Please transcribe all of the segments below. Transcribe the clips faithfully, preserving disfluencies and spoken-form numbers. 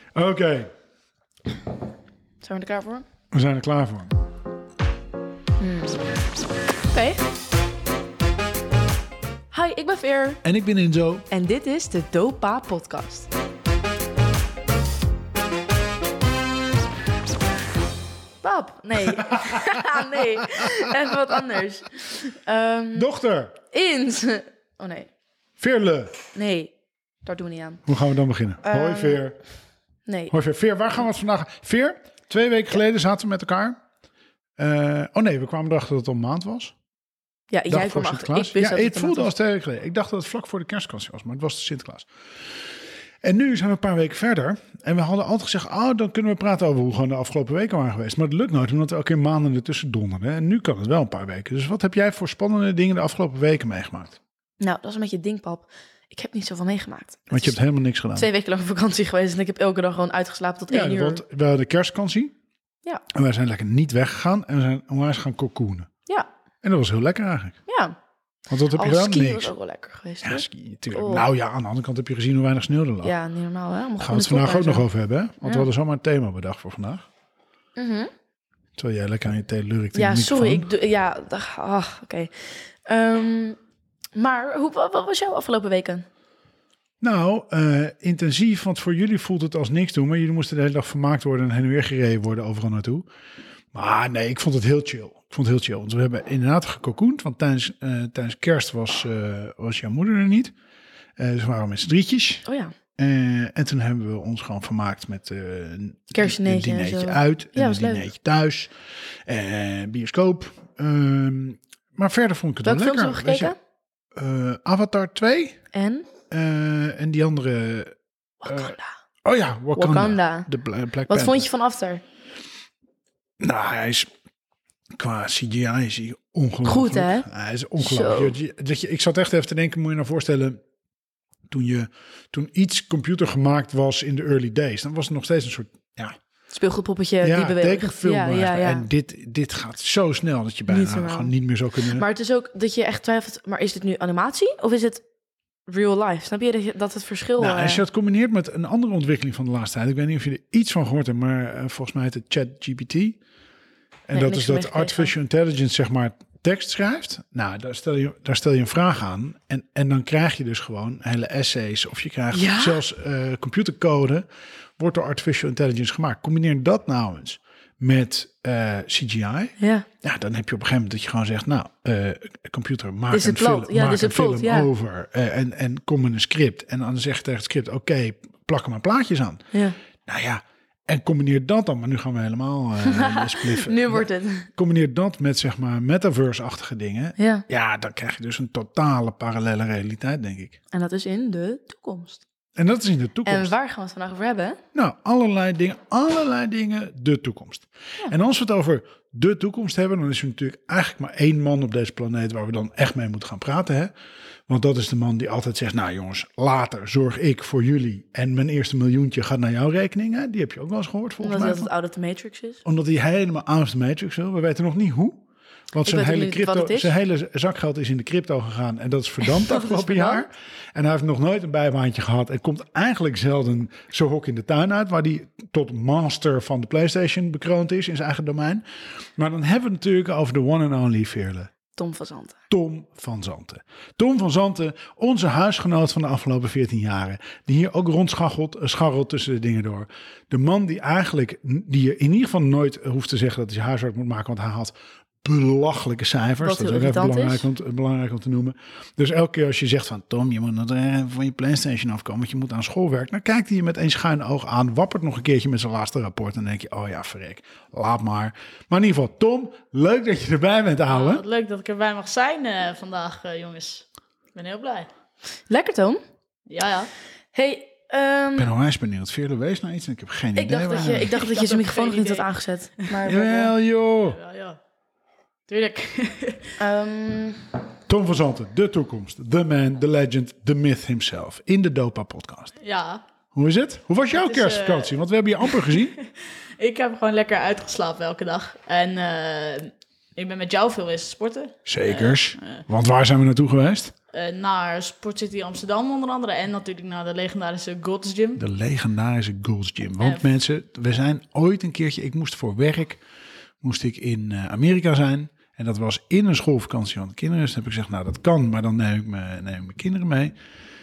Oké. Okay. Zijn we er klaar voor? We zijn er klaar voor. Hmm. Oké. Okay. Hi, ik ben Veer. En ik ben Inzo. En dit is de Dopa Podcast. Pap, nee. nee, even wat anders. Um, Dochter. Ins. Oh nee. Veerle. Nee, daar doen we niet aan. Hoe gaan we dan beginnen? Um, Hoi Veer. Nee. Hoi Veer. Veer, waar gaan we het vandaag... Veer, twee weken geleden zaten we met elkaar. Uh, oh nee, we kwamen erachter dat het al een maand was. Ja, jij kwam achter. Ik wist ja, dat het, het voelde als twee weken geleden. Ik dacht dat het vlak voor de kerstvakantie was, maar het was de Sinterklaas. En nu zijn we een paar weken verder. En we hadden altijd gezegd, oh, dan kunnen we praten over hoe gewoon de afgelopen weken waren geweest. Maar het lukt nooit, omdat er elke keer maanden ertussen donderden. En nu kan het wel een paar weken. Dus wat heb jij voor spannende dingen de afgelopen weken meegemaakt? Nou, dat is een beetje het ding, pap. Ik heb niet zoveel meegemaakt. Want je hebt helemaal niks gedaan. Twee weken lang vakantie geweest en ik heb elke dag gewoon uitgeslapen tot ja, één uur. Want we hadden kerstvakantie. Ja. En wij zijn lekker niet weggegaan en we zijn onwijs gaan cocoonen. Ja. En dat was heel lekker eigenlijk. Ja. Want wat heb Al je gedaan? skiën Niks. was ook wel lekker geweest. Ja, hoor. skiën, natuurlijk. Oh. Nou ja, aan de andere kant heb je gezien hoe weinig sneeuw er lag. Ja, niet normaal, hè? Daar gaan we het vandaag ook nog over hebben, hè? Want ja. we hadden zomaar een thema bedacht voor vandaag. Mm-hmm. Terwijl jij lekker aan je thee lurkt. Ja, sorry. Ik doe, ja, ach, oké. Okay. Um, maar hoe, wat was jouw afgelopen weken? Nou, uh, intensief, want voor jullie voelt het als niks doen. Maar jullie moesten de hele dag vermaakt worden en heen en weer gereden worden overal naartoe. Maar nee, ik vond het heel chill. Ik vond het heel chill. Want we hebben inderdaad gecocoend. Want tijdens, uh, tijdens kerst was, uh, was jouw moeder er niet. Uh, dus we waren met z'n drietjes. Oh ja. Uh, en toen hebben we ons gewoon vermaakt met uh, kerstdineetje een dinertje uit. En ja, een dinertje thuis. En uh, bioscoop. Uh, maar verder vond ik het Welke wel lekker. Welke films heb je gekeken? Uh, Avatar twee. En? Uh, en die andere... Uh, Wakanda. Oh ja, Wakanda. Wakanda. De Black Wat Panther. vond je van After? Nou, hij is... Qua C G I is hij ongelooflijk. Goed, hè? Hij is ongelooflijk. Je, dat je, ik zat echt even te denken, moet je nou voorstellen... Toen, je, toen iets computer gemaakt was in de early days... dan was het nog steeds een soort... Ja, speelgoedpoppetje ja, die beweegt. tekenfilm. Ja, ja, ja. En dit, dit gaat zo snel dat je bijna Niet gewoon niet meer zou kunnen... Maar het is ook dat je echt twijfelt... maar is dit nu animatie of is het real life? Snap je dat, je, dat het verschil... Nou, als je dat combineert met een andere ontwikkeling van de laatste tijd... ik weet niet of je er iets van gehoord hebt... maar uh, volgens mij heet het ChatGPT... En nee, dat is dat artificial intelligence, zeg maar, tekst schrijft. Nou, daar stel je, daar stel je een vraag aan. En, en dan krijg je dus gewoon hele essays. Of je krijgt ja? zelfs uh, computercode. Wordt door artificial intelligence gemaakt. Combineer dat nou eens met uh, C G I. Ja. Ja, dan heb je op een gegeven moment dat je gewoon zegt... nou, uh, computer, maak is een film, ja, maak is een plot, film ja. over. Uh, en, en kom met een script. En dan zeg je tegen het script... oké, okay, plak er maar plaatjes aan. Ja. Nou ja... En combineer dat dan, maar nu gaan we helemaal uh, spliffen. Nu wordt het. Combineer dat met, zeg maar, metaverse-achtige dingen. Ja. Ja, dan krijg je dus een totale parallele realiteit, denk ik. En dat is in de toekomst. En dat is in de toekomst. En waar gaan we het vandaag over hebben? Nou, allerlei dingen, allerlei dingen, de toekomst. Ja. En als we het over de toekomst hebben, dan is er natuurlijk eigenlijk maar één man op deze planeet waar we dan echt mee moeten gaan praten, hè? Want dat is de man die altijd zegt, nou jongens, later zorg ik voor jullie en mijn eerste miljoentje gaat naar jouw rekening. Hè? Die heb je ook wel eens gehoord volgens Omdat mij. Omdat het oude The Matrix is? Omdat hij helemaal out of the Matrix wil. We weten nog niet hoe. Want zijn hele, crypto, zijn hele zakgeld is in de crypto gegaan. En dat is verdampt dat afgelopen jaar. En hij heeft nog nooit een bijbaantje gehad. En komt eigenlijk zelden zo hok in de tuin uit. Waar hij tot master van de PlayStation bekroond is in zijn eigen domein. Maar dan hebben we het natuurlijk over de one and only Veerle. Tom van Zanten. Tom van Zanten. Tom van Zanten, onze huisgenoot van de afgelopen veertien jaren. Die hier ook rondscharrelt scharrelt tussen de dingen door. De man die eigenlijk, die je in ieder geval nooit hoeft te zeggen dat hij zijn huiswerk moet maken. Want hij had belachelijke cijfers. Wat dat is ook even belangrijk om, belangrijk om te noemen. Dus elke keer als je zegt van Tom, je moet nog even van je PlayStation afkomen, want je moet aan schoolwerk. Dan kijkt hij je met één schuin oog aan, wappert nog een keertje met zijn laatste rapport. En dan denk je, oh ja, verrek, laat maar. Maar in ieder geval, Tom, leuk dat je erbij bent, ouwe. Oh, leuk dat ik erbij mag zijn uh, vandaag, uh, jongens. Ik ben heel blij. Lekker, Tom. Ja, ja. Hey, Um, ik ben onwijs benieuwd. Veerle, wees nou iets en ik heb geen ik idee. Dacht dat je, ik dacht dat je zijn microfoon nog niet had aangezet. Maar Jawel, joh. Ja, ja. Tuurlijk. um, Tom van Zanten, de toekomst. The man, the legend, the myth himself. In de Dopa podcast. Ja. Hoe is het? Hoe was jouw het is, kerstvakantie? Uh, Want we hebben je amper gezien. Ik heb gewoon lekker uitgeslapen elke dag. En uh, ik ben met jou veel eens sporten. Zekers. Uh, uh, Want waar zijn we naartoe geweest? uh, naar Sport City Amsterdam onder andere. En natuurlijk naar de legendarische Gold's Gym. De legendarische Gold's Gym. Want uh, mensen, we zijn ooit een keertje... Ik moest voor werk, moest ik in uh, Amerika zijn. En dat was in een schoolvakantie van de kinderen. Dus toen heb ik gezegd, nou dat kan, maar dan neem ik, me, neem ik mijn kinderen mee.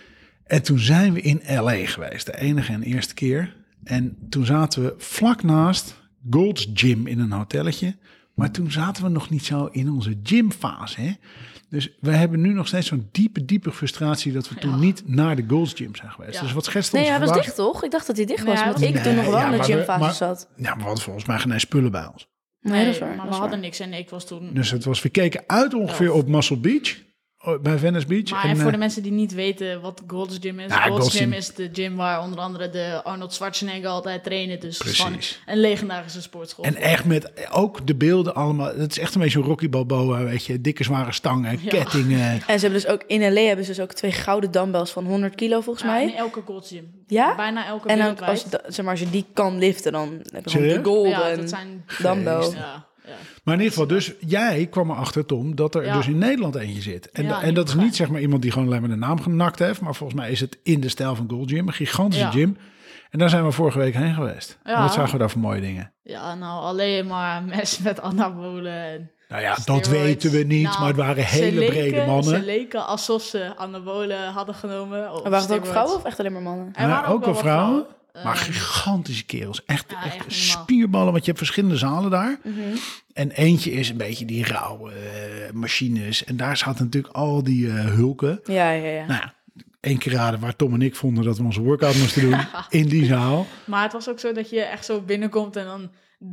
En toen zijn we in L A geweest. De enige en eerste keer. En toen zaten we vlak naast Gold's Gym in een hotelletje. Maar toen zaten we nog niet zo in onze gymfase. Hè? Dus we hebben nu nog steeds zo'n diepe, diepe frustratie... dat we toen ja. niet naar de Gold's Gym zijn geweest. Ja. Dus wat schetst ons Nee, hij was verbaasd? dicht toch? Ik dacht dat hij dicht was. Ja, want ik nee, toen nog wel ja, in de gymfase maar, zat. Ja, maar we hadden volgens mij geen spullen bij ons. Nee, nee dat is waar. maar dat we is hadden waar. niks en ik was toen... Dus het was, we keken uit ongeveer op Muscle Beach... bij Venice Beach. Maar en, en voor uh, de mensen die niet weten wat Gold's Gym is. Nou, Gold's Gold's Gym Gym is de gym waar onder andere de Arnold Schwarzenegger altijd trainen. Dus het is gewoon Precies. een legendarische sportschool. En echt met ook de beelden allemaal. Het is echt een beetje een Rocky Balboa, weet je. Dikke zware stangen, Ja. kettingen. En ze hebben dus ook in L A hebben ze dus ook twee gouden dumbbells van honderd kilo volgens Ja, mij. in elke Gold's Gym. Ja? Bijna elke En dan wereldwijd. als, da- zeg maar, als je die kan liften, dan heb je gewoon Serieus? de golden Ja, dat zijn... dumbbell. Geest. Ja, ja. Maar in ieder geval, dus jij kwam erachter, Tom, dat er Ja. dus in Nederland eentje zit. En, Ja, en dat is niet niet zeg maar iemand die gewoon alleen maar de naam genakt heeft. Maar volgens mij is het in de stijl van Gold Gym. Een gigantische Ja. gym. En daar zijn we vorige week heen geweest. Ja. En wat zagen we daar voor mooie dingen? Ja, nou alleen maar mensen met anabolen. En Nou ja, dat steroids. weten we niet. Nou, maar het waren ze hele leken- brede mannen. Ze leken alsof ze anabolen hadden genomen. Of Maar waren het ook steroids. vrouwen of echt alleen maar mannen? Er Ja, waren ook wel wat vrouwen. Uh, Maar gigantische kerels. Echt, Ja, echt, echt niet normaal. spierballen. Want je hebt verschillende zalen daar. Mhm. En eentje is een beetje die rauwe eh, machines. En daar zaten natuurlijk al die eh, hulken. Ja, ja, ja. Nou ja, één keer raden waar Tom en ik vonden dat we onze workout moesten doen. In die zaal. Maar het was ook zo dat je echt zo binnenkomt en dan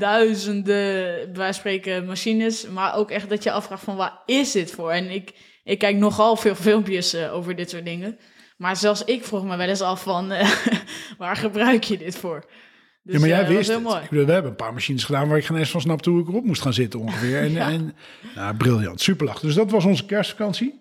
duizenden, wij spreken, machines. Maar ook echt dat je afvraagt van waar is dit voor? En ik, ik kijk nogal veel filmpjes uh, over dit soort dingen. Maar zelfs ik vroeg me wel eens af van uh, waar gebruik je dit voor? Dus, ja, maar jij uh, dat wist was heel het. mooi. Ik bedoel, we hebben een paar machines gedaan waar ik geen eens van snapte hoe ik erop moest gaan zitten ongeveer. En, Ja. en nou, briljant, super lach. Dus dat was onze kerstvakantie.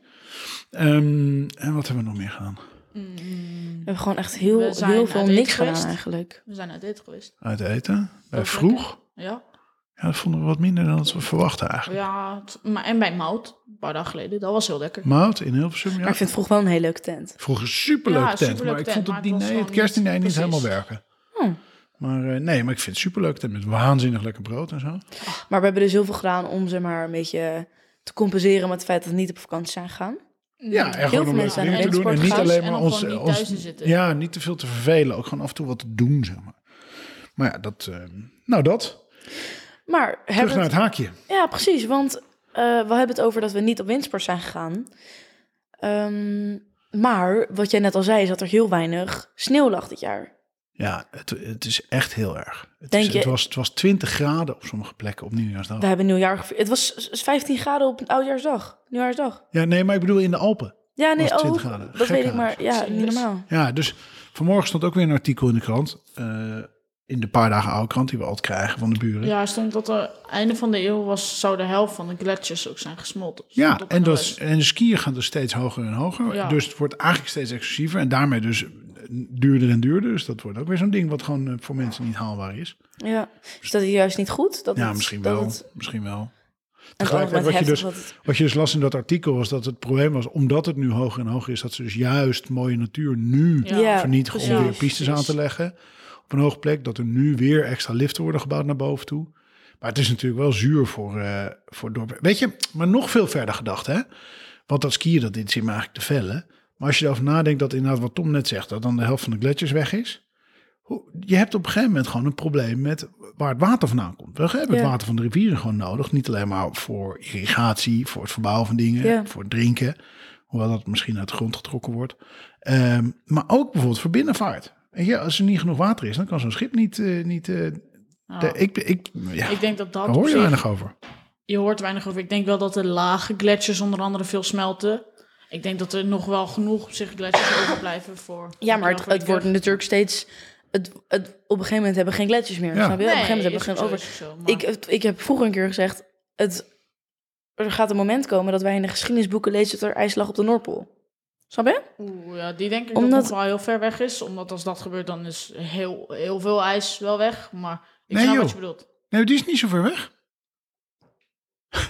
Um, en wat hebben we nog meer gedaan? Mm, We hebben gewoon echt heel, We zijn heel veel uit eten niks gedaan geweest. eigenlijk. we zijn uit eten geweest. Uit eten. Bij Ook vroeg. Ja, Ja, dat vonden we wat minder dan dat we verwachten eigenlijk. ja t- maar, en bij Mout, een paar dagen geleden. Dat was heel lekker. Mout in Hilversum, ja. Maar ik vind het vroeg wel een hele leuke tent. Vroeger een superleuke Ja, tent, superleuke maar ik tent, vond het maar het was diner, het gewoon kerstdiner niet, niet helemaal precies. werken. Hm. Maar uh, nee, maar ik vind het superleuk tent met waanzinnig lekker brood en zo. Maar we hebben dus heel veel gedaan om zeg maar een beetje te compenseren met het feit dat we niet op vakantie zijn gegaan. Ja, en veel gewoon om mensen leuke zijn dingen te naar doen en niet sportgas alleen en maar om ons, gewoon niet ons thuis te zitten. ja, niet te veel te vervelen, ook gewoon af en toe wat te doen, zeg maar. Maar ja, dat, uh, nou dat. Maar Terug hebben naar het, het haakje. ja, precies. Want uh, we hebben het over dat we niet op windsport zijn gegaan. Um, maar wat jij net al zei, is dat er heel weinig sneeuw lag dit jaar. Ja, het, het is echt heel erg. Het, Denk is, je- het, was, het was twintig graden op sommige plekken op Nieuwjaarsdag. We hebben nieuwjaar gevierd. Het was vijftien graden op Oudjaarsdag. Nieuwjaarsdag. Ja, nee, maar ik bedoel in de Alpen. Ja, nee, Was oh, twintig graden. dat Gek weet ik maar. Ja, Serieus? niet normaal. Ja, dus vanmorgen stond ook weer een artikel in de krant. uh, in de paar dagen oude krant die we altijd krijgen van de buren. Ja, er stond dat er einde van de eeuw was, zou de helft van de gletsjers ook zijn gesmolten. Ja, Stond op en, de dat, lijst. en de skiën gaan dus steeds hoger en hoger. Ja. Dus het wordt eigenlijk steeds exclusiever. En daarmee dus duurder en duurder. Dus dat wordt ook weer zo'n ding wat gewoon uh, voor mensen niet haalbaar is. Ja. Is dat juist niet goed? Dat Ja, het- misschien dat wel. het- Misschien wel. en Tegelijkertijd wat je, dus, wat het- wat je dus las in dat artikel was dat het probleem was, omdat het nu hoger en hoger is, dat ze dus juist mooie natuur nu Ja. Ja, vernietigen om precies. weer pistes aan te leggen. Op een hoge plek, dat er nu weer extra liften worden gebouwd naar boven toe. Maar het is natuurlijk wel zuur voor, uh, voor dorpen. Weet je, maar nog veel verder gedacht, hè? Want dat skiën, dat dit zit me eigenlijk te vellen. Maar als je erover nadenkt dat inderdaad wat Tom net zegt, dat dan de helft van de gletsjers weg is. Hoe- Je hebt op een gegeven moment gewoon een probleem met waar het water vandaan komt. We hebben het Ja. water van de rivieren gewoon nodig. Niet alleen maar voor irrigatie, voor het verbouwen van dingen, Ja. voor het drinken. Hoewel dat misschien uit de grond getrokken wordt. Um, maar ook bijvoorbeeld voor binnenvaart. En ja, als er niet genoeg water is, dan kan zo'n schip niet... Uh, niet uh, Ja. de, ik, ik, ja, Ik denk dat dat daar op hoor je zich- weinig over. Je hoort weinig over. Ik denk wel dat de lage gletsjers onder andere veel smelten. Ik denk dat er nog wel genoeg op zich gletsjers overblijven voor... Ja, maar het, voor die het wordt kust. natuurlijk steeds... Het, het, op een gegeven moment hebben we geen gletsjers meer. Ja. Snap je? op een gegeven moment is hebben we ook geen zo, over. is ook zo, maar- Ik, ik heb vroeger een keer gezegd... Het, er gaat een moment komen dat wij in de geschiedenisboeken lezen dat er ijs lag op de Noordpool. Snap je? Oeh, ja, die denk ik Omdat- dat nog wel heel ver weg is. Omdat als dat gebeurt, dan is heel, heel veel ijs wel weg. Maar ik Nee, snap joh. wat je bedoelt. Nee, die is niet zo ver weg.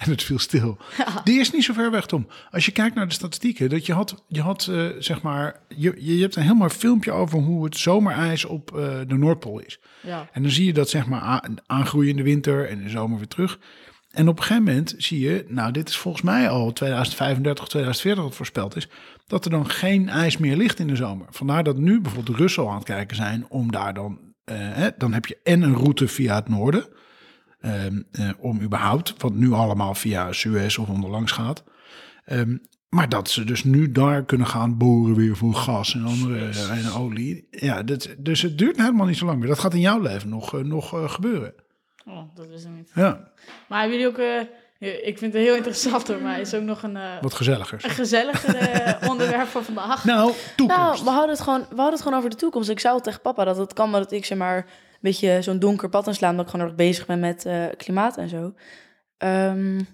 en het viel stil. Ja. Die is niet zo ver weg, Tom. Als je kijkt naar de statistieken, dat je had, je had uh, zeg maar, je, je hebt een helemaal filmpje over hoe het zomerijs op uh, de Noordpool is. Ja. En dan zie je dat zeg maar aan, aangroeien in de winter en in de zomer weer terug. En op een gegeven moment zie je, nou dit is volgens mij al tweeduizend vijfendertig, tweeduizend veertig wat voorspeld is, dat er dan geen ijs meer ligt in de zomer. Vandaar dat nu bijvoorbeeld de Russen al aan het kijken zijn om daar dan, uh, hè, dan heb je en een route via het noorden, um, uh, om überhaupt, wat nu allemaal via Suez of onderlangs gaat. Um, maar dat ze dus nu daar kunnen gaan boren weer voor gas en andere uh, en olie. Ja, dat, dus het duurt helemaal niet zo lang meer. Dat gaat in jouw leven nog, uh, nog uh, gebeuren. Oh, dat is het niet. Ja. Maar hebben jullie ook... Uh, ik vind het heel interessant hoor, maar is ook nog een... Uh, Wat gezelliger. Een gezelliger uh, onderwerp van vandaag. Nou, toekomst. Nou, we hadden, het gewoon, we hadden het gewoon over de toekomst. Ik zei al tegen papa dat het kan, maar dat ik zeg maar... een beetje zo'n donker pad inslaan, omdat ik gewoon erg bezig ben met uh, klimaat en zo. Um,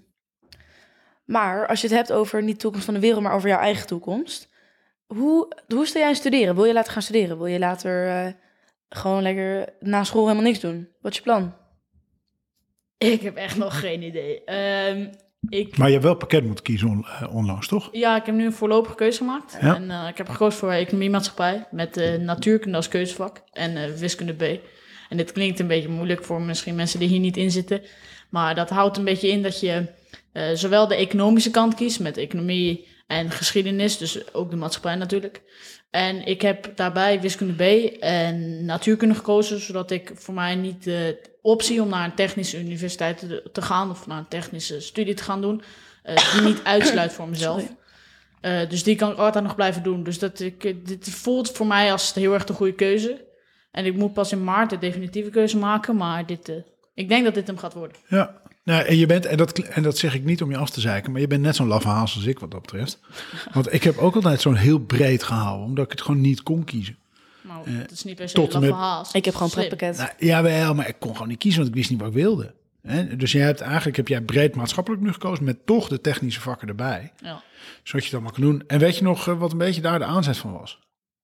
maar als je het hebt over niet de toekomst van de wereld, maar over jouw eigen toekomst. Hoe, hoe sta jij aan studeren? Wil je later gaan studeren? Wil je later uh, gewoon lekker na school helemaal niks doen? Wat is je plan? Ik heb echt nog geen idee. Um, ik... Maar je hebt wel pakket moeten kiezen on, uh, onlangs, toch? Ja, ik heb nu een voorlopige keuze gemaakt. Ja. En uh, ik heb gekozen voor economie-maatschappij met uh, natuurkunde als keuzevak en uh, wiskunde B. En dit klinkt een beetje moeilijk voor misschien mensen die hier niet in zitten. Maar dat houdt een beetje in dat je uh, zowel de economische kant kiest met economie en geschiedenis, dus ook de maatschappij natuurlijk. En ik heb daarbij wiskunde B en natuurkunde gekozen, zodat ik voor mij niet de optie om naar een technische universiteit te, te gaan of naar een technische studie te gaan doen, uh, die niet uitsluit voor mezelf. Uh, dus die kan ik altijd nog blijven doen. Dus dat ik, dit voelt voor mij als heel erg de goede keuze. En ik moet pas in maart de definitieve keuze maken, maar dit, uh, ik denk dat dit hem gaat worden. Ja, nou, en je bent, en dat, en dat zeg ik niet om je af te zeiken, maar je bent net zo'n laffe haas als ik wat dat betreft. Want ik heb ook altijd zo'n heel breed gehouden, omdat ik het gewoon niet kon kiezen. Nou, uh, dat is niet per se tot een laffe met, haas. Ik heb gewoon een pretpakket. Nou, jawel, maar ik kon gewoon niet kiezen, want ik wist niet wat ik wilde. Hè? Dus je hebt eigenlijk heb jij breed maatschappelijk nu gekozen met toch de technische vakken erbij. Ja. Zodat je dat maar kan doen. En weet je nog uh, wat een beetje daar de aanzet van was?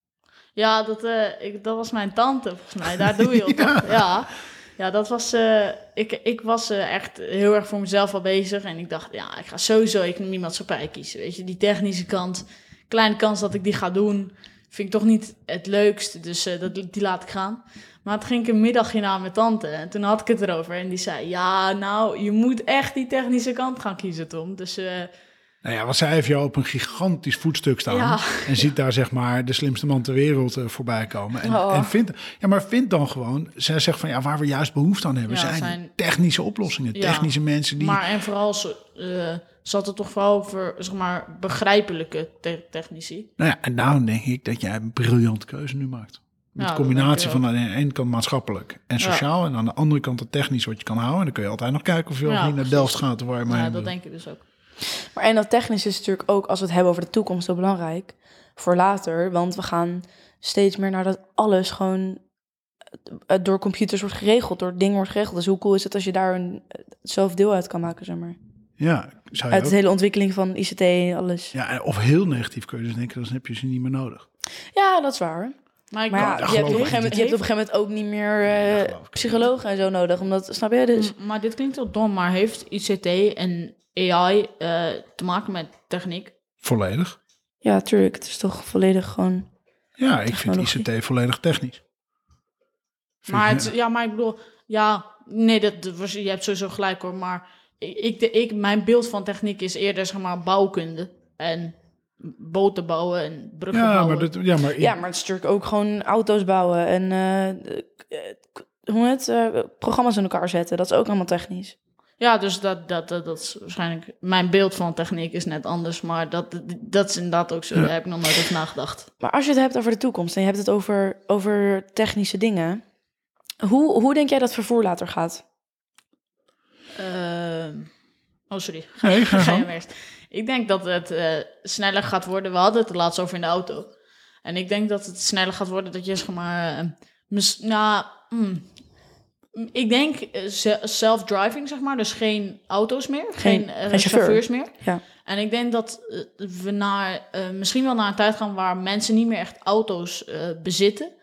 Ja, dat, uh, ik, dat was mijn tante, volgens mij. Daar doe je op. ja. ja. Ja, dat was... Uh, ik, ik was uh, echt heel erg voor mezelf al bezig. En ik dacht, ja, ik ga sowieso economie-maatschappij kiezen. Weet je, die technische kant. Kleine kans dat ik die ga doen, vind ik toch niet het leukst. Dus uh, dat, die laat ik gaan. Maar toen ging ik een middagje naar mijn tante. En toen had ik het erover. En die zei, ja, nou, je moet echt die technische kant gaan kiezen, Tom. Dus... Uh, Nou ja, want zij heeft jou op een gigantisch voetstuk staan. Ja. En ziet daar zeg maar de slimste man ter wereld uh, voorbij komen. En, Oh. en vindt, ja, maar vind dan gewoon, zij zegt van ja, waar we juist behoefte aan hebben, Ja, zijn, zijn- technische oplossingen, Ja. technische mensen die. Maar en vooral zo, uh, zat het toch vooral voor, zeg maar, begrijpelijke te- technici. Nou ja, en daarom denk ik dat jij een briljante keuze nu maakt. Met Ja, de combinatie dat denk van ik aan de ene kant maatschappelijk en sociaal. En aan de andere kant het technisch wat je kan houden. En dan kun je altijd nog kijken of je Ja, ook niet naar precies. Delft gaat. Waar je maar Ja, heen dat wil. denk ik dus ook. Maar en dat technisch is natuurlijk ook, als we het hebben over de toekomst, zo belangrijk voor later. Want we gaan steeds meer naar dat alles gewoon uh, door computers wordt geregeld, door dingen wordt geregeld. Dus hoe cool is het als je daar een, zelf deel uit kan maken, zeg maar. Ja, zou je Uit ook. de hele ontwikkeling van I C T en alles. Ja, en- of heel negatief kun je dus denken, dan heb je ze niet meer nodig. Ja, dat is waar. Maar ik Maar ja, dat je, hebt op geloof een ik gegeven moment, je hebt op een gegeven moment ook niet meer uh, Dat geloof ik. psychologen en zo nodig. Omdat, snap je? Dus M- Maar dit klinkt wel dom, maar heeft I C T en A I uh, te maken met techniek? Volledig. ja, tuurlijk. Het is toch volledig gewoon... Ja, ik vind Technologie. I C T volledig technisch. Vind Maar, je- het, ja, maar ik bedoel, ja, nee, dat, dat was, je hebt sowieso gelijk hoor. Maar ik, de, ik, mijn beeld van techniek is eerder, zeg maar, bouwkunde. En boten bouwen en bruggen ja, bouwen. maar dat, ja, maar Ja, maar het is natuurlijk ook gewoon auto's bouwen en uh, uh, hoe heet het, uh, programma's in elkaar zetten. Dat is ook allemaal technisch. Ja, dus dat, dat, dat, dat is waarschijnlijk... Mijn beeld van techniek is net anders, maar dat, dat is inderdaad ook zo. Ja. Daar heb ik nog nooit over nagedacht. Maar als je het hebt over de toekomst en je hebt het over, over technische dingen, hoe, hoe denk jij dat vervoer later gaat? Uh, oh, sorry. Nee, ga Ga je gang. maar eerst. Ik denk dat het uh, sneller gaat worden. We hadden het er laatst over in de auto. En ik denk dat het sneller gaat worden dat je, zeg maar... Uh, mis, nou, mm, ik denk uh, ze- self-driving, zeg maar. Dus geen auto's meer. Geen, Geen- uh, geen chauffeur. chauffeurs meer. Ja. En ik denk dat uh, we naar, uh, misschien wel naar een tijd gaan waar mensen niet meer echt auto's uh, bezitten.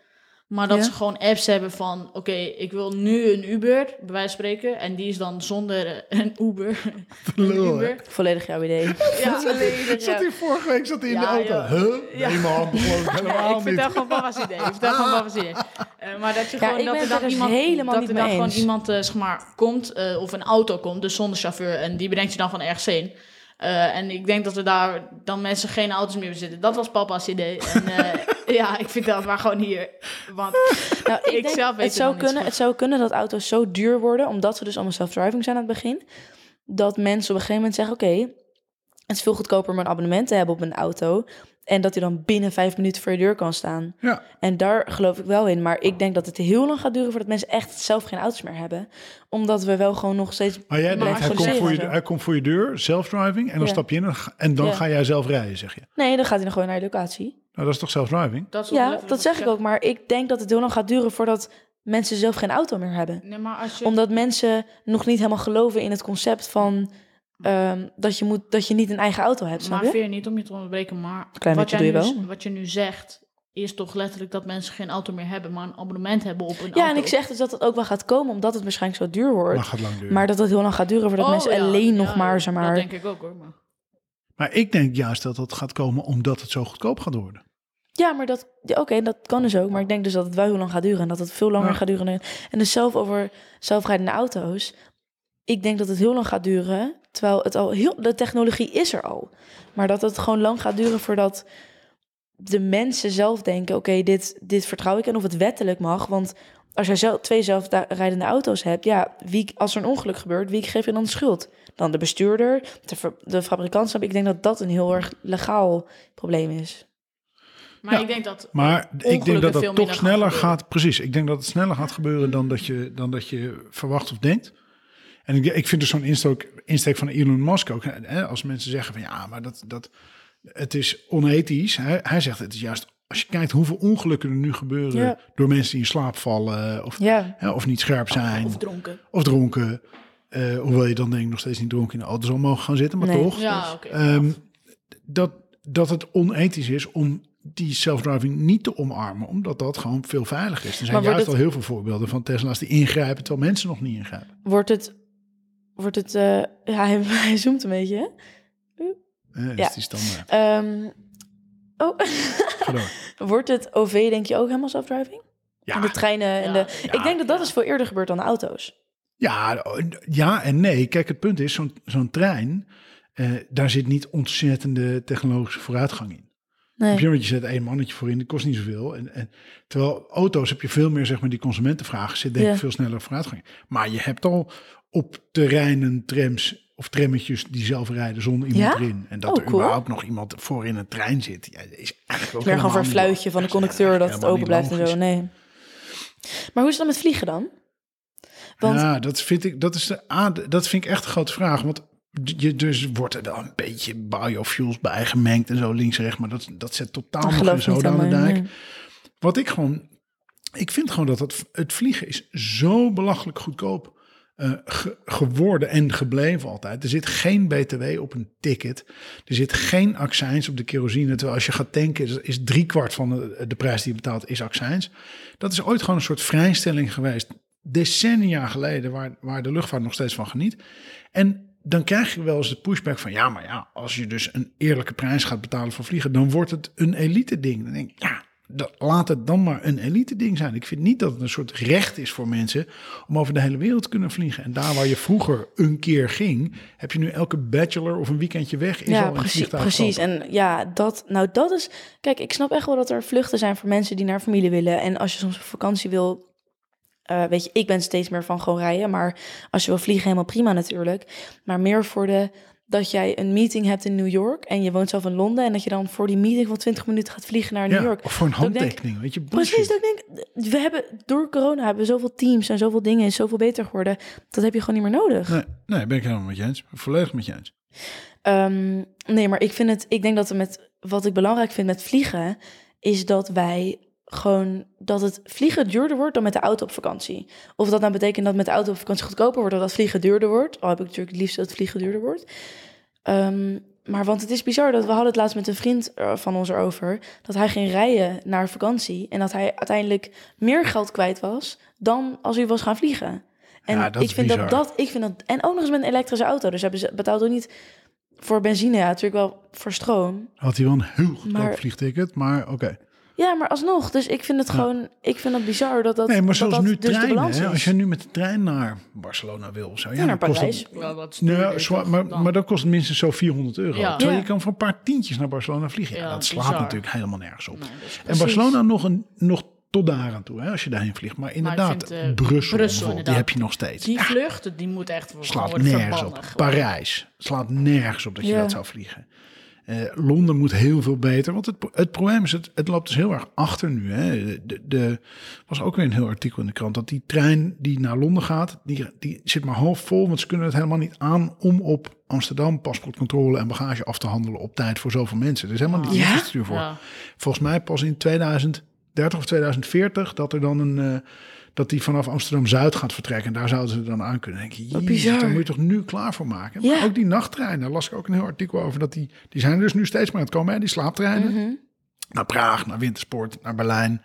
Maar dat Ja. ze gewoon apps hebben van... Oké, okay, ik wil nu een Uber, bij wijze van spreken. En die is dan zonder een Uber. een Uber. Volledig jouw idee. Ja, volledig. Zat hij vorige week zat hij in Ja, de auto? ja. Huh? Ja. Nee man, geloof ik helemaal Nee, ik niet. vertel gewoon papa's idee. Ik vertel gewoon papa's idee. Uh, maar dat je Ja, gewoon ik dat ben er het er dan dus iemand helemaal dat niet er dan mee gewoon eens. iemand uh, zeg maar komt uh, of een auto komt, dus zonder chauffeur en die brengt je dan gewoon ergens heen. Uh, en ik denk dat er daar dan mensen geen auto's meer zitten. Dat was papa's idee. En uh, ja, ik vind dat maar gewoon hier. Want Nou, ik ik denk, zelf weet het, zou nog niet kunnen, het zou kunnen dat auto's zo duur worden, omdat ze dus allemaal self-driving zijn aan het begin, dat mensen op een gegeven moment zeggen, oké, okay, het is veel goedkoper om een abonnement te hebben op een auto en dat hij dan binnen vijf minuten voor je deur kan staan. Ja. En daar geloof ik wel in. Maar ik denk dat het heel lang gaat duren voordat mensen echt zelf geen auto's meer hebben. Omdat we wel gewoon nog steeds... Maar jij denkt, hij komt, voor je, hij komt voor je deur, self-driving, en dan Ja. stap je in en dan Ja. ga jij zelf rijden, zeg je. Nee, dan gaat hij nog gewoon naar je locatie. Nou, dat is toch self-driving? dat is Ja, letterlijk dat zeg wat ik ook. Maar ik denk dat het heel lang gaat duren voordat mensen zelf geen auto meer hebben. Nee, maar als je... Omdat mensen nog niet helemaal geloven in het concept van... Um, dat, je moet, dat je niet een eigen auto hebt, snap Maar je? vind je niet om je te onderbreken, maar Klein wat, beetje jij doe je nu, wel. wat je nu zegt, is toch letterlijk dat mensen geen auto meer hebben, maar een abonnement hebben op een Ja, auto. en ik zeg dus dat het ook wel gaat komen, omdat het waarschijnlijk zo duur wordt. Maar gaat lang duren. Maar dat het heel lang gaat duren voordat Oh, mensen ja, alleen ja, nog maar, zeg maar... Dat denk ik ook hoor. Maar... Maar ik denk juist dat dat gaat komen omdat het zo goedkoop gaat worden. Ja, maar dat... Ja, Oké, okay, dat kan dus ook. Maar ik denk dus dat het wel heel lang gaat duren. En dat het veel langer Ja. gaat duren. En dus zelf over zelfrijdende auto's. Ik denk dat het heel lang gaat duren. Terwijl het al heel... De technologie is er al. Maar dat het gewoon lang gaat duren voordat de mensen zelf denken... Oké, okay, dit, dit vertrouw ik. En of het wettelijk mag. Want als jij zelf, twee zelfrijdende auto's hebt... Ja, wie, als er een ongeluk gebeurt, wie geeft je dan de schuld? Dan de bestuurder, de, de fabrikant. Ik denk dat dat een heel erg legaal probleem is. Maar Ja, ik denk dat Maar ik denk dat veel dat toch minder sneller gaan gaat... Precies, ik denk dat het sneller gaat gebeuren dan dat je, dan dat je verwacht of denkt. En ik, ik vind dus zo'n insteek, insteek van Elon Musk ook... Hè, als mensen zeggen van ja, maar dat, dat, het is onethisch. Hij, hij zegt het is juist... Als je kijkt hoeveel ongelukken er nu gebeuren... Ja. door mensen die in slaap vallen... of, Ja. hè, of niet scherp zijn. Of dronken. Of dronken. Uh, hoewel je dan denk ik nog steeds niet dronken in de auto zal mogen gaan zitten. Maar Nee. toch. Ja, oké. Okay. Um, dat, dat het onethisch is om die self-driving niet te omarmen. Omdat dat gewoon veel veiliger is. Er zijn juist het, al heel veel voorbeelden van Tesla's die ingrijpen... terwijl mensen nog niet ingrijpen. Wordt het... Wordt het uh, ja, hij, hij zoomt een beetje, hè? Uh, is ja. die standaard. Um, oh. Wordt het O V, denk je, ook helemaal self-driving? Ja. En de treinen en ja, de... Ja, ik denk dat dat ja. is veel eerder gebeurd dan de auto's. Ja, ja en nee. Kijk, het punt is, zo'n zo'n trein... Uh, daar zit niet ontzettende technologische vooruitgang in. Nee. Op je, want je zet één mannetje voor in, dat kost niet zoveel. En, en, terwijl auto's heb je veel meer, zeg maar, die consumentenvragen zit denk ik ja. veel sneller vooruitgang. Maar je hebt al op terreinen trams of trammetjes die zelf rijden zonder iemand ja? erin. En dat oh, er cool. überhaupt nog iemand voor in een trein zit. Ja, is eigenlijk ook meer gewoon voor een fluitje van de conducteur ja, dat het open blijft en zo. Nee. Maar hoe is het dan met vliegen dan? Want... Ja, dat vind ik, dat is de A, dat vind ik echt een grote vraag. Want je, dus wordt er dan een beetje biofuels bij gemengd en zo links en rechts. Maar dat, dat zet totaal nog geen zoden aan de dijk. Nee. Wat ik gewoon... Ik vind gewoon dat het, het vliegen is zo belachelijk goedkoop uh, ge, geworden en gebleven altijd. Er zit geen B T W op een ticket. Er zit geen accijns op de kerosine. Terwijl als je gaat tanken is driekwart van de, de prijs die je betaalt is accijns. Dat is ooit gewoon een soort vrijstelling geweest. Decennia geleden waar, waar de luchtvaart nog steeds van geniet. En dan krijg je wel eens de pushback van... ja, maar ja, als je dus een eerlijke prijs gaat betalen voor vliegen... dan wordt het een elite ding. Dan denk ik, ja, dat, laat het dan maar een elite ding zijn. Ik vind niet dat het een soort recht is voor mensen... om over de hele wereld te kunnen vliegen. En daar waar je vroeger een keer ging... heb je nu elke bachelor of een weekendje weg... is ja, al precies, precies. En ja, dat, nou dat is... Kijk, ik snap echt wel dat er vluchten zijn voor mensen... die naar familie willen. En als je soms op vakantie wil... Uh, weet je, ik ben steeds meer van gewoon rijden. Maar als je wil vliegen, helemaal prima natuurlijk. Maar meer voor de... dat jij een meeting hebt in New York... en je woont zelf in Londen... en dat je dan voor die meeting van twintig minuten gaat vliegen naar New ja, York. Of voor een handtekening, denk, weet je. Bullshit. Precies, dat ik denk... We hebben, door corona hebben we zoveel teams... en zoveel dingen is zoveel beter geworden... dat heb je gewoon niet meer nodig. Nee, nee ben ik helemaal met je eens. Volledig met je eens. Um, nee, maar ik vind het... Ik denk dat er met... Wat ik belangrijk vind met vliegen... is dat wij... gewoon dat het vliegen duurder wordt dan met de auto op vakantie. Of dat nou betekent dat met de auto op vakantie goedkoper wordt... of dat vliegen duurder wordt. Al heb ik natuurlijk het liefst dat het vliegen duurder wordt. Um, maar want het is bizar dat we hadden het laatst met een vriend van ons erover, dat hij ging rijden naar vakantie en dat hij uiteindelijk meer geld kwijt was dan als hij was gaan vliegen. En ja, dat ik vind bizar. dat dat, ik vind dat, en ook nog eens met een elektrische auto, dus hij betaalt ook niet voor benzine, ja, natuurlijk wel voor stroom. Had hij wel een heel goedkoop Maar- vliegticket, maar oké. Okay. Ja, maar alsnog, dus ik vind het Ja. gewoon, ik vind het bizar dat dat, Nee, maar dat, zoals dat nu dus de treinen, balans hè, is. als je nu met de trein naar Barcelona wil of zo. Ja, Ja, naar dan kost Parijs. dat- Ja, dat is Nou, duurder zwaar, toch maar, dan. maar dat kost minstens zo vierhonderd euro. Ja. Terwijl Ja. je kan voor een paar tientjes naar Barcelona vliegen. Ja, Ja, dat slaat bizar. natuurlijk helemaal nergens op. Nee, dat is En precies. Barcelona nog, een, nog tot daar aan toe, hè, als je daarheen vliegt. Maar inderdaad, vind, eh, Brussel, Brussel bijvoorbeeld, die inderdaad. heb je nog steeds. Die Ja, vlucht, die moet echt slaat worden nergens verbannen. op. Gewoon. Parijs slaat nergens op dat je Ja. dat zou vliegen. Eh, Londen moet heel veel beter. Want het, het probleem is, het, het loopt dus heel erg achter nu. Hè. De, de, was ook weer een heel artikel in de krant. Dat die trein die naar Londen gaat, die, die zit maar half vol. Want ze kunnen het helemaal niet aan om op Amsterdam paspoortcontrole en bagage af te handelen op tijd voor zoveel mensen. Er is helemaal niet Ja? infrastructuur voor. Ja. Volgens mij pas in tweeduizend dertig of tweeduizend veertig dat er dan een... Uh, dat die vanaf Amsterdam-Zuid gaat vertrekken. En daar zouden ze dan aan kunnen. Dan denk je, Wat jezus, bizar. daar moet je toch nu klaar voor maken. Ja. Maar ook die nachttreinen, daar las ik ook een heel artikel over. Dat die, die zijn er dus nu steeds meer aan het komen, hè, die slaaptreinen. Mhm. Naar Praag, naar Wintersport, naar Berlijn.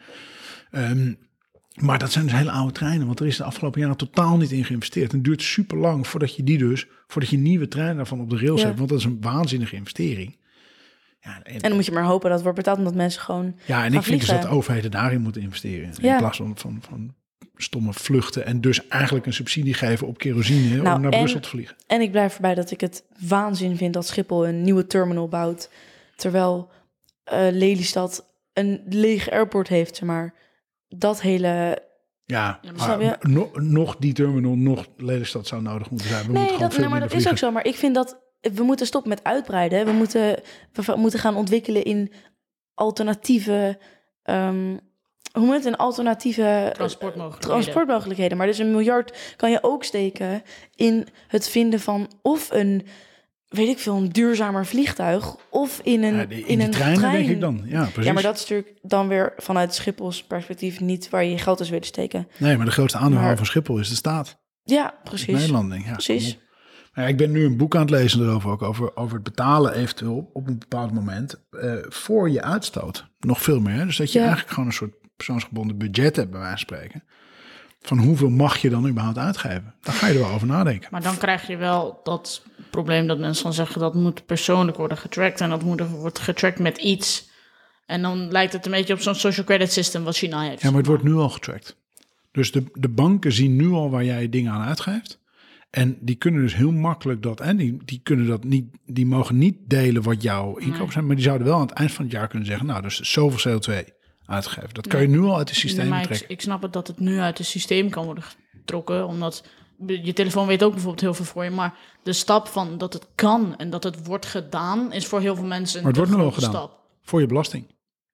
Um, maar dat zijn dus hele oude treinen. Want er is de afgelopen jaren totaal niet in geïnvesteerd. En het duurt super lang voordat je die dus... voordat je nieuwe treinen daarvan op de rails Ja. hebt. Want dat is een waanzinnige investering. Ja, en, En dan moet je maar hopen dat het wordt betaald omdat mensen gewoon ja, en gaan ik vind dus vliegen. dat overheden daarin moeten investeren. Ja. In plaats van, van, van stomme vluchten. En dus eigenlijk een subsidie geven op kerosine Nou, om naar en- Brussel te vliegen. En ik blijf erbij dat ik het waanzin vind dat Schiphol een nieuwe terminal bouwt. Terwijl eh, Lelystad een leeg airport heeft, zeg maar. Dat hele... Ja, Ja, snap maar je? no- nog die terminal, nog Lelystad zou nodig moeten zijn. We nee, moeten gewoon dat, veel nee, maar dat minder is ook vliegen. zo. Maar ik vind dat we moeten stoppen met uitbreiden. We moeten, we moeten gaan ontwikkelen in alternatieve... ehm, hoe moet het? Een alternatieve Transportmogelijkheden. transportmogelijkheden. Maar dus een miljard kan je ook steken in het vinden van of een, weet ik veel, een duurzamer vliegtuig of in een, Ja, die- in in die een treinen trein. denk ik dan. Ja, precies. Ja, maar dat is natuurlijk dan weer vanuit Schiphols perspectief niet waar je je geld is willen steken. Nee, maar de grootste aandeelhouder Maar- van Schiphol is de staat. Ja, precies. Nederland, denk ik. Ja, Precies. kom op. Maar ja, ik ben nu een boek aan het lezen erover, ook over, over het betalen eventueel op een bepaald moment eh, voor je uitstoot. Nog veel meer. Hè? Dus dat je Ja. eigenlijk gewoon een soort persoonsgebonden budget hebt, bij wijze van spreken. Van hoeveel mag je dan überhaupt uitgeven? Daar ga je er wel over nadenken. Maar dan krijg je wel dat probleem dat mensen dan zeggen dat moet persoonlijk worden getrackt en dat moet wordt getrackt met iets. En dan lijkt het een beetje op zo'n social credit system wat China heeft. Ja, maar het wordt nu al getrackt. Dus de, de banken zien nu al waar jij dingen aan uitgeeft. En die kunnen dus heel makkelijk dat, en die, die kunnen dat niet, die mogen niet delen wat jouw inkomen zijn, maar die zouden wel aan het eind van het jaar kunnen zeggen, nou, dus zoveel C O twee uitgegeven. Dat kan je nu al uit het Nee, systeem maar ik, trekken. ik snap het dat het nu uit het systeem kan worden getrokken, omdat je telefoon weet ook bijvoorbeeld heel veel voor je, maar de stap van dat het kan en dat het wordt gedaan, is voor heel veel mensen een Maar het wordt te nu al grote gedaan. stap. Voor je belasting.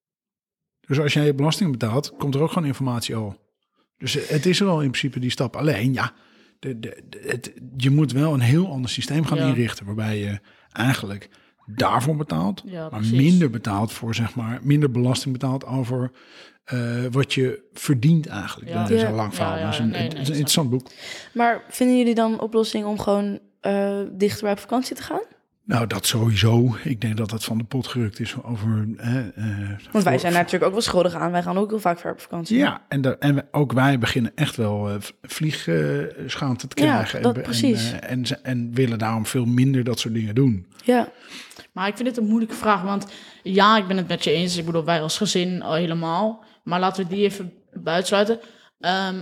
Dus als jij je belasting betaalt, komt er ook gewoon informatie al. Dus het is er al in principe die stap. Alleen ja, de, de, de- het, je moet wel een heel ander systeem gaan Ja. inrichten, waarbij je eigenlijk daarvoor betaalt, Ja, maar precies. minder betaalt voor, zeg maar, minder belasting betaalt over eh, wat je verdient eigenlijk. Ja. Dat is Ja. een lang verhaal, Ja, ja, maar het is een, nee, het nee, is een snap interessant boek. Maar vinden jullie dan een oplossing om gewoon eh dichter bij op vakantie te gaan? Nou, dat sowieso. Ik denk dat het van de pot gerukt is over... eh, eh, Want wij voor- zijn daar natuurlijk ook wel schuldig aan. Wij gaan ook heel vaak ver op vakantie. Ja, en, de, en we- ook wij beginnen echt wel uh, vliegschaamte te Ja, krijgen. dat en, precies. En, uh, en, ze- en willen daarom veel minder dat soort dingen doen. Ja. Maar ik vind het een moeilijke vraag, want ja, ik ben het met je eens. Ik bedoel, wij als gezin al helemaal. Maar laten we die even buitensluiten. Um,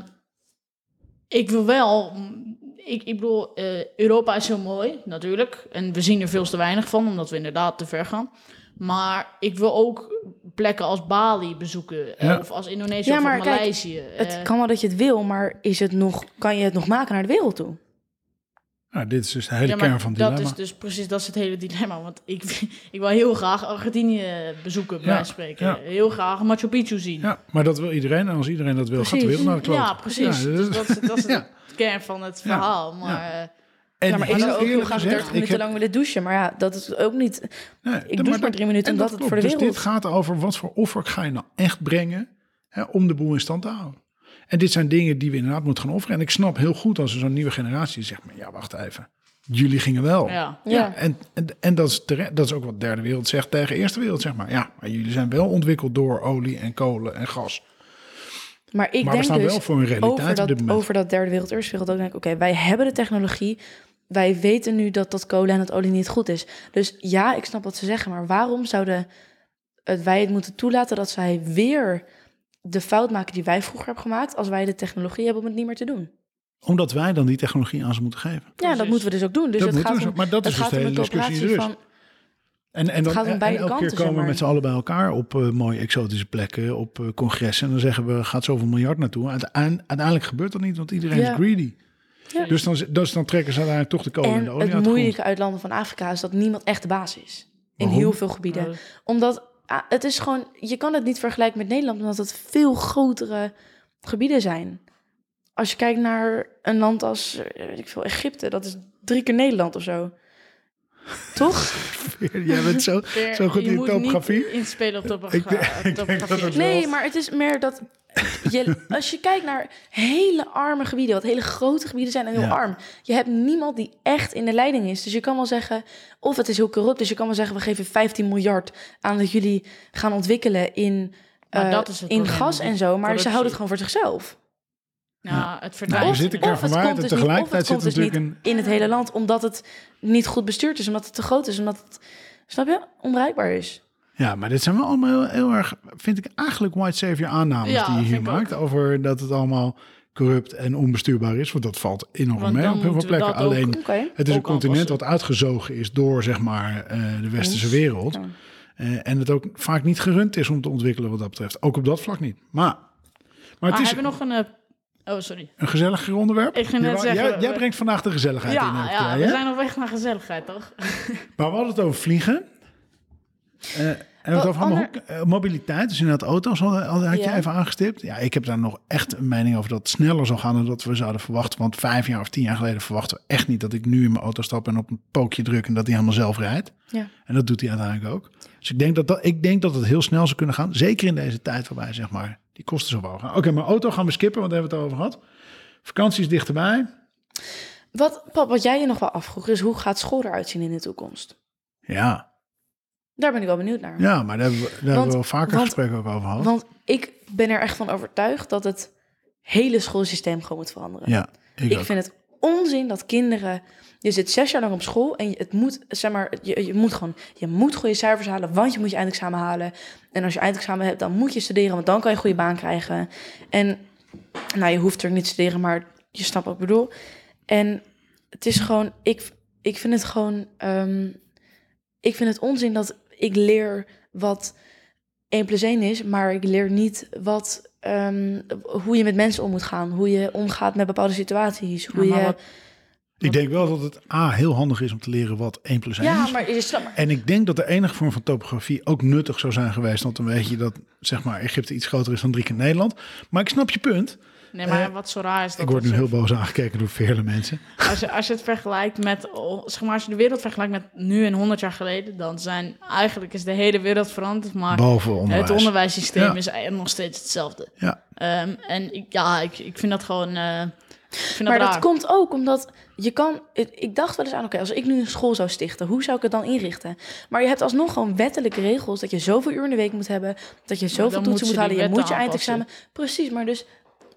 ik wil wel... Ik, ik bedoel, uh, Europa is heel mooi, natuurlijk. En we zien er veel te weinig van, omdat we inderdaad te ver gaan. Maar ik wil ook plekken als Bali bezoeken. Ja. Of als Indonesië Ja, of maar als kijk, Maleisië. Het Uh, kan wel dat je het wil, maar is het nog, kan je het nog maken naar de wereld toe? Nou, dit is dus de hele ja, maar kern van het dat dilemma. is dus precies, dat is het hele dilemma. Want ik, ik wil heel graag Argentinië bezoeken, bij Ja, wijze van spreken. ja. Heel graag Machu Picchu zien. Ja, maar dat wil iedereen. En als iedereen dat wil, gaat de Precies. wereld naar de kloot. Ja, precies. Ja, dus dus- dat, is- dat is Ja. het kern van het Ja. verhaal. Maar eh, En ja, maar ik heel zou ook heel eerlijk graag gezegd, dertig ik minuten heb- lang willen douchen. Maar ja, dat is ook niet... Nee, Ik douche maar drie minuten en omdat dat het voor de klopt. wereld... Dus dit gaat over wat voor offer ga je nou echt brengen, hè, om de boel in stand te houden. En dit zijn dingen die we inderdaad moeten gaan offeren. En ik snap heel goed als er zo'n nieuwe generatie zegt, maar ja, wacht even. jullie gingen wel. Ja. Ja. En, en, en dat, is terecht, dat is ook wat derde wereld zegt tegen eerste wereld, zeg maar. Ja, maar jullie zijn wel ontwikkeld door olie en kolen en gas. Maar ik maar we denk staan dus wel voor een realiteit over op dit dat, moment. over dat derde wereld, eerste wereld ook denk ik, oké, okay, wij hebben de technologie. Wij weten nu dat dat kolen en dat olie niet goed is. Dus ja, ik snap wat ze zeggen, maar waarom zouden het, wij het moeten toelaten dat zij weer de fout maken die wij vroeger hebben gemaakt, als wij de technologie hebben om het niet meer te doen? Omdat wij dan die technologie aan ze moeten geven. Ja, Precies. dat moeten we dus ook doen. Dus Dat het moeten gaat we om, zo, maar dat het is dus gaat de om hele discussie coöperatie dus. van. En, en, dan, gaat om en, beide en elke kanten, keer komen zeg maar. we met z'n allen bij elkaar op uh, mooie exotische plekken, op uh, congressen. En dan zeggen we, gaat zoveel miljard naartoe. Uiteindelijk, uiteindelijk gebeurt dat niet, want iedereen Ja. is greedy. Ja. Dus, dan, dus dan trekken ze uiteindelijk toch de kolen en de En olie uit het de moeilijke grond. uit landen van Afrika is dat niemand echt de baas is. In Waarom? heel veel gebieden. Uh, Omdat ah, het is gewoon, je kan het niet vergelijken met Nederland, omdat het veel grotere gebieden zijn. Als je kijkt naar een land als, eh, weet ik veel, Egypte, dat is drie keer Nederland of zo. Toch? Jij bent zo, Peer, zo goed je in moet topografie. niet inspelen op topogra- Ik denk- ik denk topografie. dat het wel- Nee, maar het is meer dat je, als je kijkt naar hele arme gebieden, wat hele grote gebieden zijn en heel Ja. arm. Je hebt niemand die echt in de leiding is. Dus je kan wel zeggen, of het is heel corrupt. Dus je kan wel zeggen, we geven vijftien miljard aan dat jullie gaan ontwikkelen in, Maar eh, dat is het in probleem, gas en zo. Maar corruptie. ze houden het gewoon voor zichzelf. Nou, het Nou, verdwijnt. er zit een kern Of van het waarheid komt en dus niet, of tegelijkertijd het zit komt dus natuurlijk niet een... in het hele land, omdat het niet goed bestuurd is, omdat het te groot is, omdat het, snap je, onbereikbaar is. Ja, maar dit zijn wel allemaal heel, heel erg, vind ik eigenlijk white savior aannames Ja, die je hier vind ik maakt. Over dat het allemaal corrupt en onbestuurbaar is. Want dat valt enorm Want mee dan op heel veel moeten we plekken. dat ook- Alleen, Oké. het is een ook continent aanpassen. wat uitgezogen is door, zeg maar, eh, de westerse Ons. wereld. Ja. Eh, en het ook vaak niet gerund is om te ontwikkelen wat dat betreft. Ook op dat vlak niet. Maar, maar Maar het is hebben we nog een... eh, Oh, sorry. een gezelliger onderwerp. Ik ging net Jij- zeggen, jij, jij we- brengt vandaag de gezelligheid in. Ja, heb ik ja, idee, we hè? zijn op weg naar gezelligheid, toch? Maar we hadden het over vliegen. Eh, en het Wat over allemaal ander- hoek- eh, mobiliteit. Dus inderdaad auto's had, had had je Ja. even aangestipt. Ja, ik heb daar nog echt een mening over dat het sneller zal gaan dan dat we zouden verwachten. Want vijf jaar of tien jaar geleden verwachten we echt niet dat ik nu in mijn auto stap en op een pookje druk en dat hij helemaal zelf rijdt. Ja. En dat doet hij uiteindelijk ook. Dus ik denk dat, dat, ik denk dat het heel snel zou kunnen gaan. Zeker in deze tijd waarbij, zeg maar, die kosten zo hoog gaan. Oké, maar auto gaan we skippen, want daar hebben we het over gehad. Vakantie is dichterbij. Wat, pap, wat jij je nog wel afvroeg, is hoe gaat school eruit zien in de toekomst? Ja, Daar ben ik wel benieuwd naar. ja maar daar hebben we, daar hebben we wel vaker want- gesprekken ook over gehad. Want ik ben er echt van overtuigd dat het hele schoolsysteem gewoon moet veranderen. ja, ik, ik ook. vind het onzin dat kinderen... Je zit zes jaar lang op school en je, het moet, zeg maar, je, je moet gewoon... Je moet goede cijfers halen, want je moet je eindexamen halen. En als je eindexamen hebt, dan moet je studeren, want dan kan je een goede baan krijgen. En, nou, je hoeft er niet te studeren, maar je snapt wat ik bedoel. En het is gewoon... Ik, ik vind het gewoon... ehm, ik vind het onzin dat ik leer wat één plus één is, maar ik leer niet wat, ehm, hoe je met mensen om moet gaan, hoe je omgaat met bepaalde situaties, hoe Ja, maar je... wat- Ik denk wel dat het A, heel handig is om te leren wat één plus één Ja, is. maar je snapt maar. En ik denk dat de enige vorm van topografie ook nuttig zou zijn geweest. Want dan weet je dat, zeg maar, Egypte iets groter is dan drie keer Nederland. Maar ik snap je punt. Nee, maar Eh, wat zo raar is... Dat Ik word nu het zo- heel boos aangekeken door vele mensen. Als je, als je het vergelijkt met, oh, zeg maar, als je de wereld vergelijkt met nu en honderd jaar geleden, dan zijn eigenlijk is de hele wereld veranderd, maar Behalve onderwijs. het onderwijssysteem Ja. is eigenlijk nog steeds hetzelfde. Ja. Ehm, en ik, ja, ik, ik vind dat gewoon, eh, ik vind Maar dat dat raar. komt ook omdat je kan... Ik, ik dacht wel eens aan, oké, als ik nu een school zou stichten, hoe zou ik het dan inrichten? Maar je hebt alsnog gewoon wettelijke regels dat je zoveel uur in de week moet hebben, dat je zoveel dan toetsen moeten moet ze halen, die je moet je wetten eindexamen... Precies, maar dus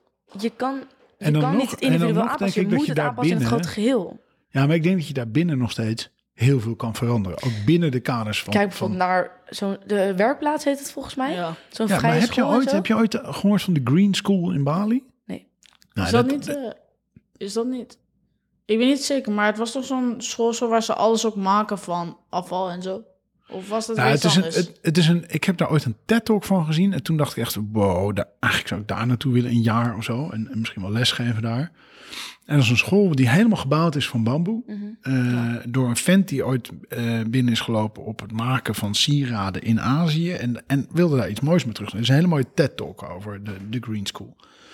je kan, je En dan kan nog- niet het en dan individueel nog aanpassen, denk je ik moet dat je het aanpassen in het daarbinnen- grote geheel. Ja, maar ik denk dat je daar binnen nog steeds heel veel kan veranderen. Ook binnen de kaders van... Kijk bijvoorbeeld naar zo'n de werkplaats heet het volgens mij. Ja. Zo'n ja, vrije maar heb je, school en ooit, zo. heb je ooit gehoord van de Green School in Bali? Nee. Nou, Is dat, niet, eh, is dat niet? Ik weet niet zeker, maar het was toch zo'n school zo waar ze alles ook maken van afval en zo? Of was dat Nou, weer het iets is een, anders? het, het is een, ik heb daar ooit een TED-talk van gezien. En toen dacht ik echt, wow, daar, eigenlijk zou ik daar naartoe willen, een jaar of zo. En, en misschien wel lesgeven daar. En dat is een school die helemaal gebouwd is van bamboe. Mhm. eh, door een vent die ooit eh, binnen is gelopen op het maken van sieraden in Azië. En, en wilde daar iets moois mee terug. Er is een hele mooie TED-talk over de, de Green School.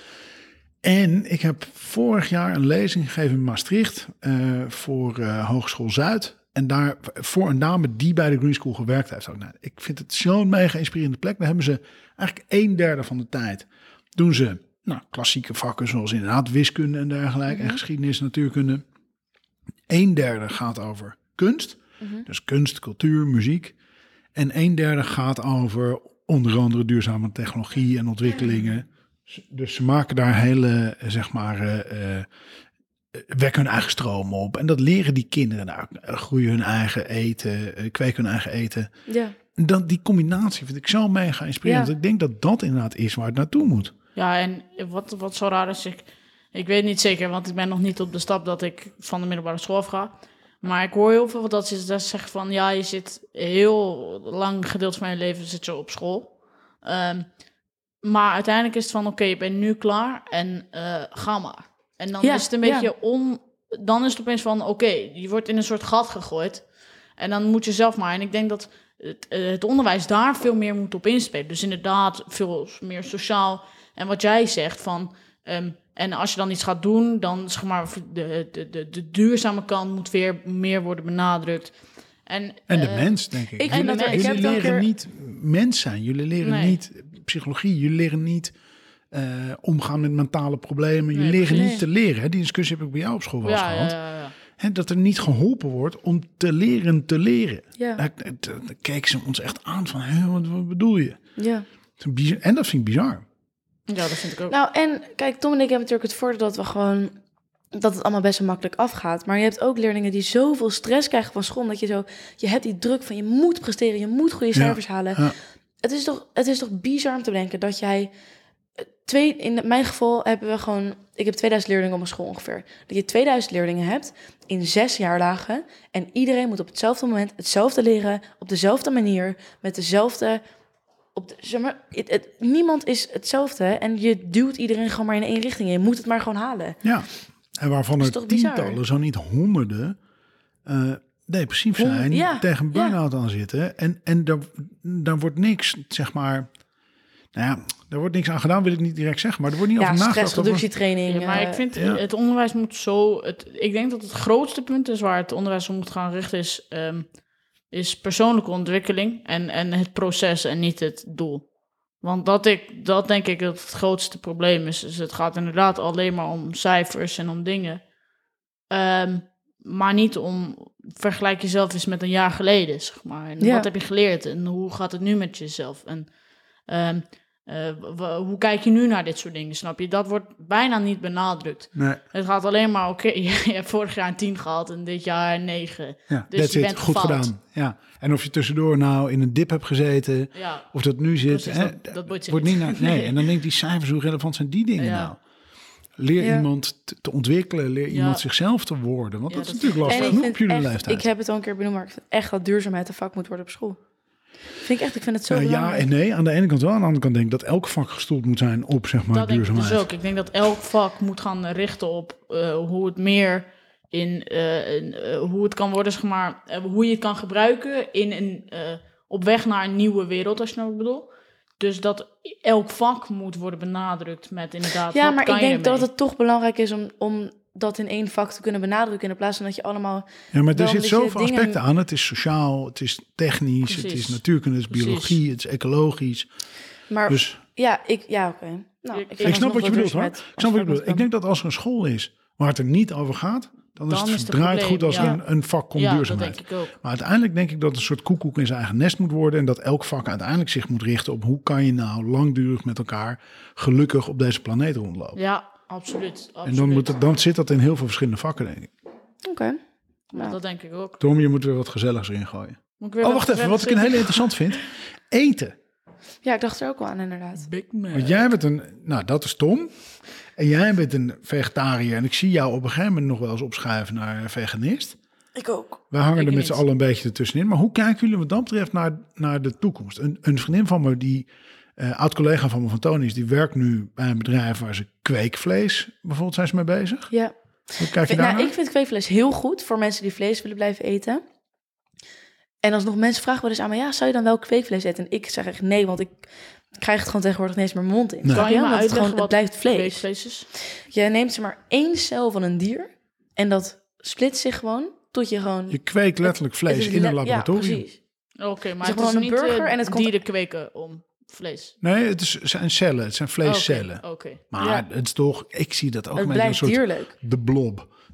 En ik heb vorig jaar een lezing gegeven in Maastricht eh, voor eh, Hogeschool Zuid. En daar voor een dame die bij de Green School gewerkt heeft. Ook, nou, ik vind het zo'n mega inspirerende plek. Daar hebben ze eigenlijk een derde van de tijd doen ze nou, klassieke vakken zoals inderdaad wiskunde en dergelijke. En geschiedenis, natuurkunde. Een derde gaat over kunst. Mm-hmm. Dus kunst, cultuur, muziek. En een derde gaat over onder andere duurzame technologie en ontwikkelingen. Dus ze maken daar hele, zeg maar, uh, uh, wekken hun eigen stroom op. En dat leren die kinderen. Nou, groeien hun eigen eten, uh, kweken hun eigen eten. Ja. Dat, die combinatie vind ik zo mega inspirerend. Ja. Ik denk dat dat inderdaad is waar het naartoe moet. Ja, en wat, wat zo raar is, ik, ik weet niet zeker, want ik ben nog niet op de stap dat ik van de middelbare school af ga. Maar ik hoor heel veel dat ze dat zeggen van, ja, je zit heel lang gedeelte van je leven zit je op school. Um, maar uiteindelijk is het van, oké, okay, ik ben nu klaar en uh, ga maar. En dan ja, is het een beetje ja. on... Dan is het opeens van, oké, okay, je wordt in een soort gat gegooid. En dan moet je zelf maar. En ik denk dat het, het onderwijs daar veel meer moet op inspelen. Dus inderdaad veel meer sociaal. En wat jij zegt van... Um, en als je dan iets gaat doen, dan zeg maar de, de, de, de duurzame kant moet weer meer worden benadrukt. En, en de uh, mens, denk ik. ik jullie dat, ik jullie leren keer... niet mens zijn. Jullie leren nee. niet psychologie. Jullie leren niet uh, omgaan met mentale problemen. Jullie nee, leren nee. niet te leren. Hè? Die discussie heb ik bij jou op school wel eens ja, gehad. Ja, ja, ja. Hè, dat er niet geholpen wordt om te leren te leren. Ja. Daar, daar, daar keken ze ons echt aan van, hé, wat, wat bedoel je? Ja. En dat vind ik bizar. Ja, dat vind ik ook. Nou, en kijk, Tom en ik hebben natuurlijk het voordeel dat we gewoon... dat het allemaal best wel makkelijk afgaat. Maar je hebt ook leerlingen die zoveel stress krijgen van school... dat je zo... je hebt die druk van je moet presteren... je moet goede cijfers ja, halen. Ja. Het is toch, het is toch bizar om te denken dat jij... Twee, in mijn geval hebben we gewoon... ik heb tweeduizend leerlingen op mijn school ongeveer. Dat je tweeduizend leerlingen hebt in zes jaardagen... en iedereen moet op hetzelfde moment hetzelfde leren... op dezelfde manier, met dezelfde... Op de, zeg maar, het, het, niemand is hetzelfde en je duwt iedereen gewoon maar in één richting. Je moet het maar gewoon halen. Ja, en waarvan er tientallen, bizar. Zo niet honderden, uh, depressief zijn, Hond, ja, tegen burn-out ja. aan zitten. En, en daar, daar wordt niks, zeg maar... Nou ja, daar wordt niks aan gedaan, wil ik niet direct zeggen. Maar er wordt niet ja, over nagedacht. Stressreductietraining. Ja, maar ik vind, ja. het onderwijs moet zo... Het, ik denk dat het grootste punt is waar het onderwijs op moet gaan richten is... Um, is persoonlijke ontwikkeling en, en het proces en niet het doel. Want dat, ik, dat denk ik dat het grootste probleem is. Dus het gaat inderdaad alleen maar om cijfers en om dingen. Um, maar niet om... Vergelijk jezelf eens met een jaar geleden, zeg maar. En ja. wat heb je geleerd en hoe gaat het nu met jezelf? En um, uh, w- hoe kijk je nu naar dit soort dingen, snap je? Dat wordt bijna niet benadrukt. Nee. Het gaat alleen maar, oké, okay, je hebt vorig jaar een tien gehad en dit jaar een negen. Ja, dus je it. bent goed gefaald. gedaan. Ja. En of je tussendoor nou in een dip hebt gezeten, ja. of dat nu zit, Precies, hè, dat, dat wordt, wordt niet. Naar, nee, en dan denk ik die cijfers, hoe relevant zijn die dingen ja. nou? Leer ja. iemand te, te ontwikkelen, leer ja. iemand zichzelf te worden. Want ja, dat, dat is natuurlijk lastig genoeg op jullie echt, leeftijd. Ik heb het al een keer benoemd, maar ik vind echt dat duurzaamheid een vak moet worden op school. Vind ik echt, ik vind het zo uh, belangrijk. Ja en nee, aan de ene kant wel. Aan de andere kant denk ik dat elk vak gestoeld moet zijn op, zeg maar, dat duurzaamheid. Dat denk ik dus ook. Ik denk dat elk vak moet gaan richten op uh, hoe het meer in, uh, in uh, hoe het kan worden, zeg maar, uh, hoe je het kan gebruiken in een, uh, op weg naar een nieuwe wereld, als je nou wat bedoelt. Dus dat elk vak moet worden benadrukt met inderdaad. Ja, wat maar kan ik denk je ermee? dat het toch belangrijk is om, om dat in één vak te kunnen benadrukken in plaats van dat je allemaal. Ja, maar er zit zoveel dingen... aspecten aan. Het is sociaal, het is technisch, Precies. het is natuurkunde, het is biologie, Precies. het is ecologisch. Maar dus, ja, ik ja oké. Okay. Nou, ik, ik snap wat je bedoelt, hoor. Ik snap wat je bedoelt. Ik denk dat als er een school is waar het er niet over gaat, dan, dan is het verdraaid goed als ja. er een, een vak komt ja, duurzaamheid. Dat denk ik ook. Maar uiteindelijk denk ik dat het een soort koekoek in zijn eigen nest moet worden en dat elk vak uiteindelijk zich moet richten op hoe kan je nou langdurig met elkaar gelukkig op deze planeet rondlopen. Ja, absoluut. absoluut. En dan, moet het, dan zit dat in heel veel verschillende vakken, denk ik. Oké. Okay. Nou, dat denk ik ook. Tom, je moet weer wat gezelligs erin gooien. Moet ik weer oh, wacht even. Wat ik een hele interessant vind. Eten. Ja, ik dacht er ook wel aan, inderdaad. Big man. Want jij bent een... Nou, dat is Tom. En jij bent een vegetariër. En ik zie jou op een gegeven moment nog wel eens opschuiven naar veganist. Ik ook. Wij hangen ik er met niet. z'n allen een beetje ertussenin. Maar hoe kijken jullie wat dat betreft naar, naar de toekomst? Een, een vriendin van me, die uh, oud-collega van me van Tony is, die werkt nu bij een bedrijf waar ze kweekvlees, bijvoorbeeld, zijn ze mee bezig. Ja. Hoe kijk je nou, daarnaar? ik vind kweekvlees heel goed voor mensen die vlees willen blijven eten. En als nog mensen vragen wel eens aan me, ja, zou je dan wel kweekvlees eten? En ik zeg echt nee, want ik krijg het gewoon tegenwoordig niet eens mijn mond in. Nee. Kan je ja, me het, gewoon, wat het blijft vlees. kweekvlees is? Je neemt ze maar één cel van een dier en dat splitst zich gewoon tot je gewoon... Je kweekt letterlijk vlees in een laboratorium. Ja, precies. Oké, okay, maar het het is een niet burger uh, en het komt... dieren kweken om vlees. Nee, het is, zijn cellen, het zijn vleescellen. Oké. Okay, okay. Maar ja. het is toch, ik zie dat ook het met een soort dierlijk. de blob.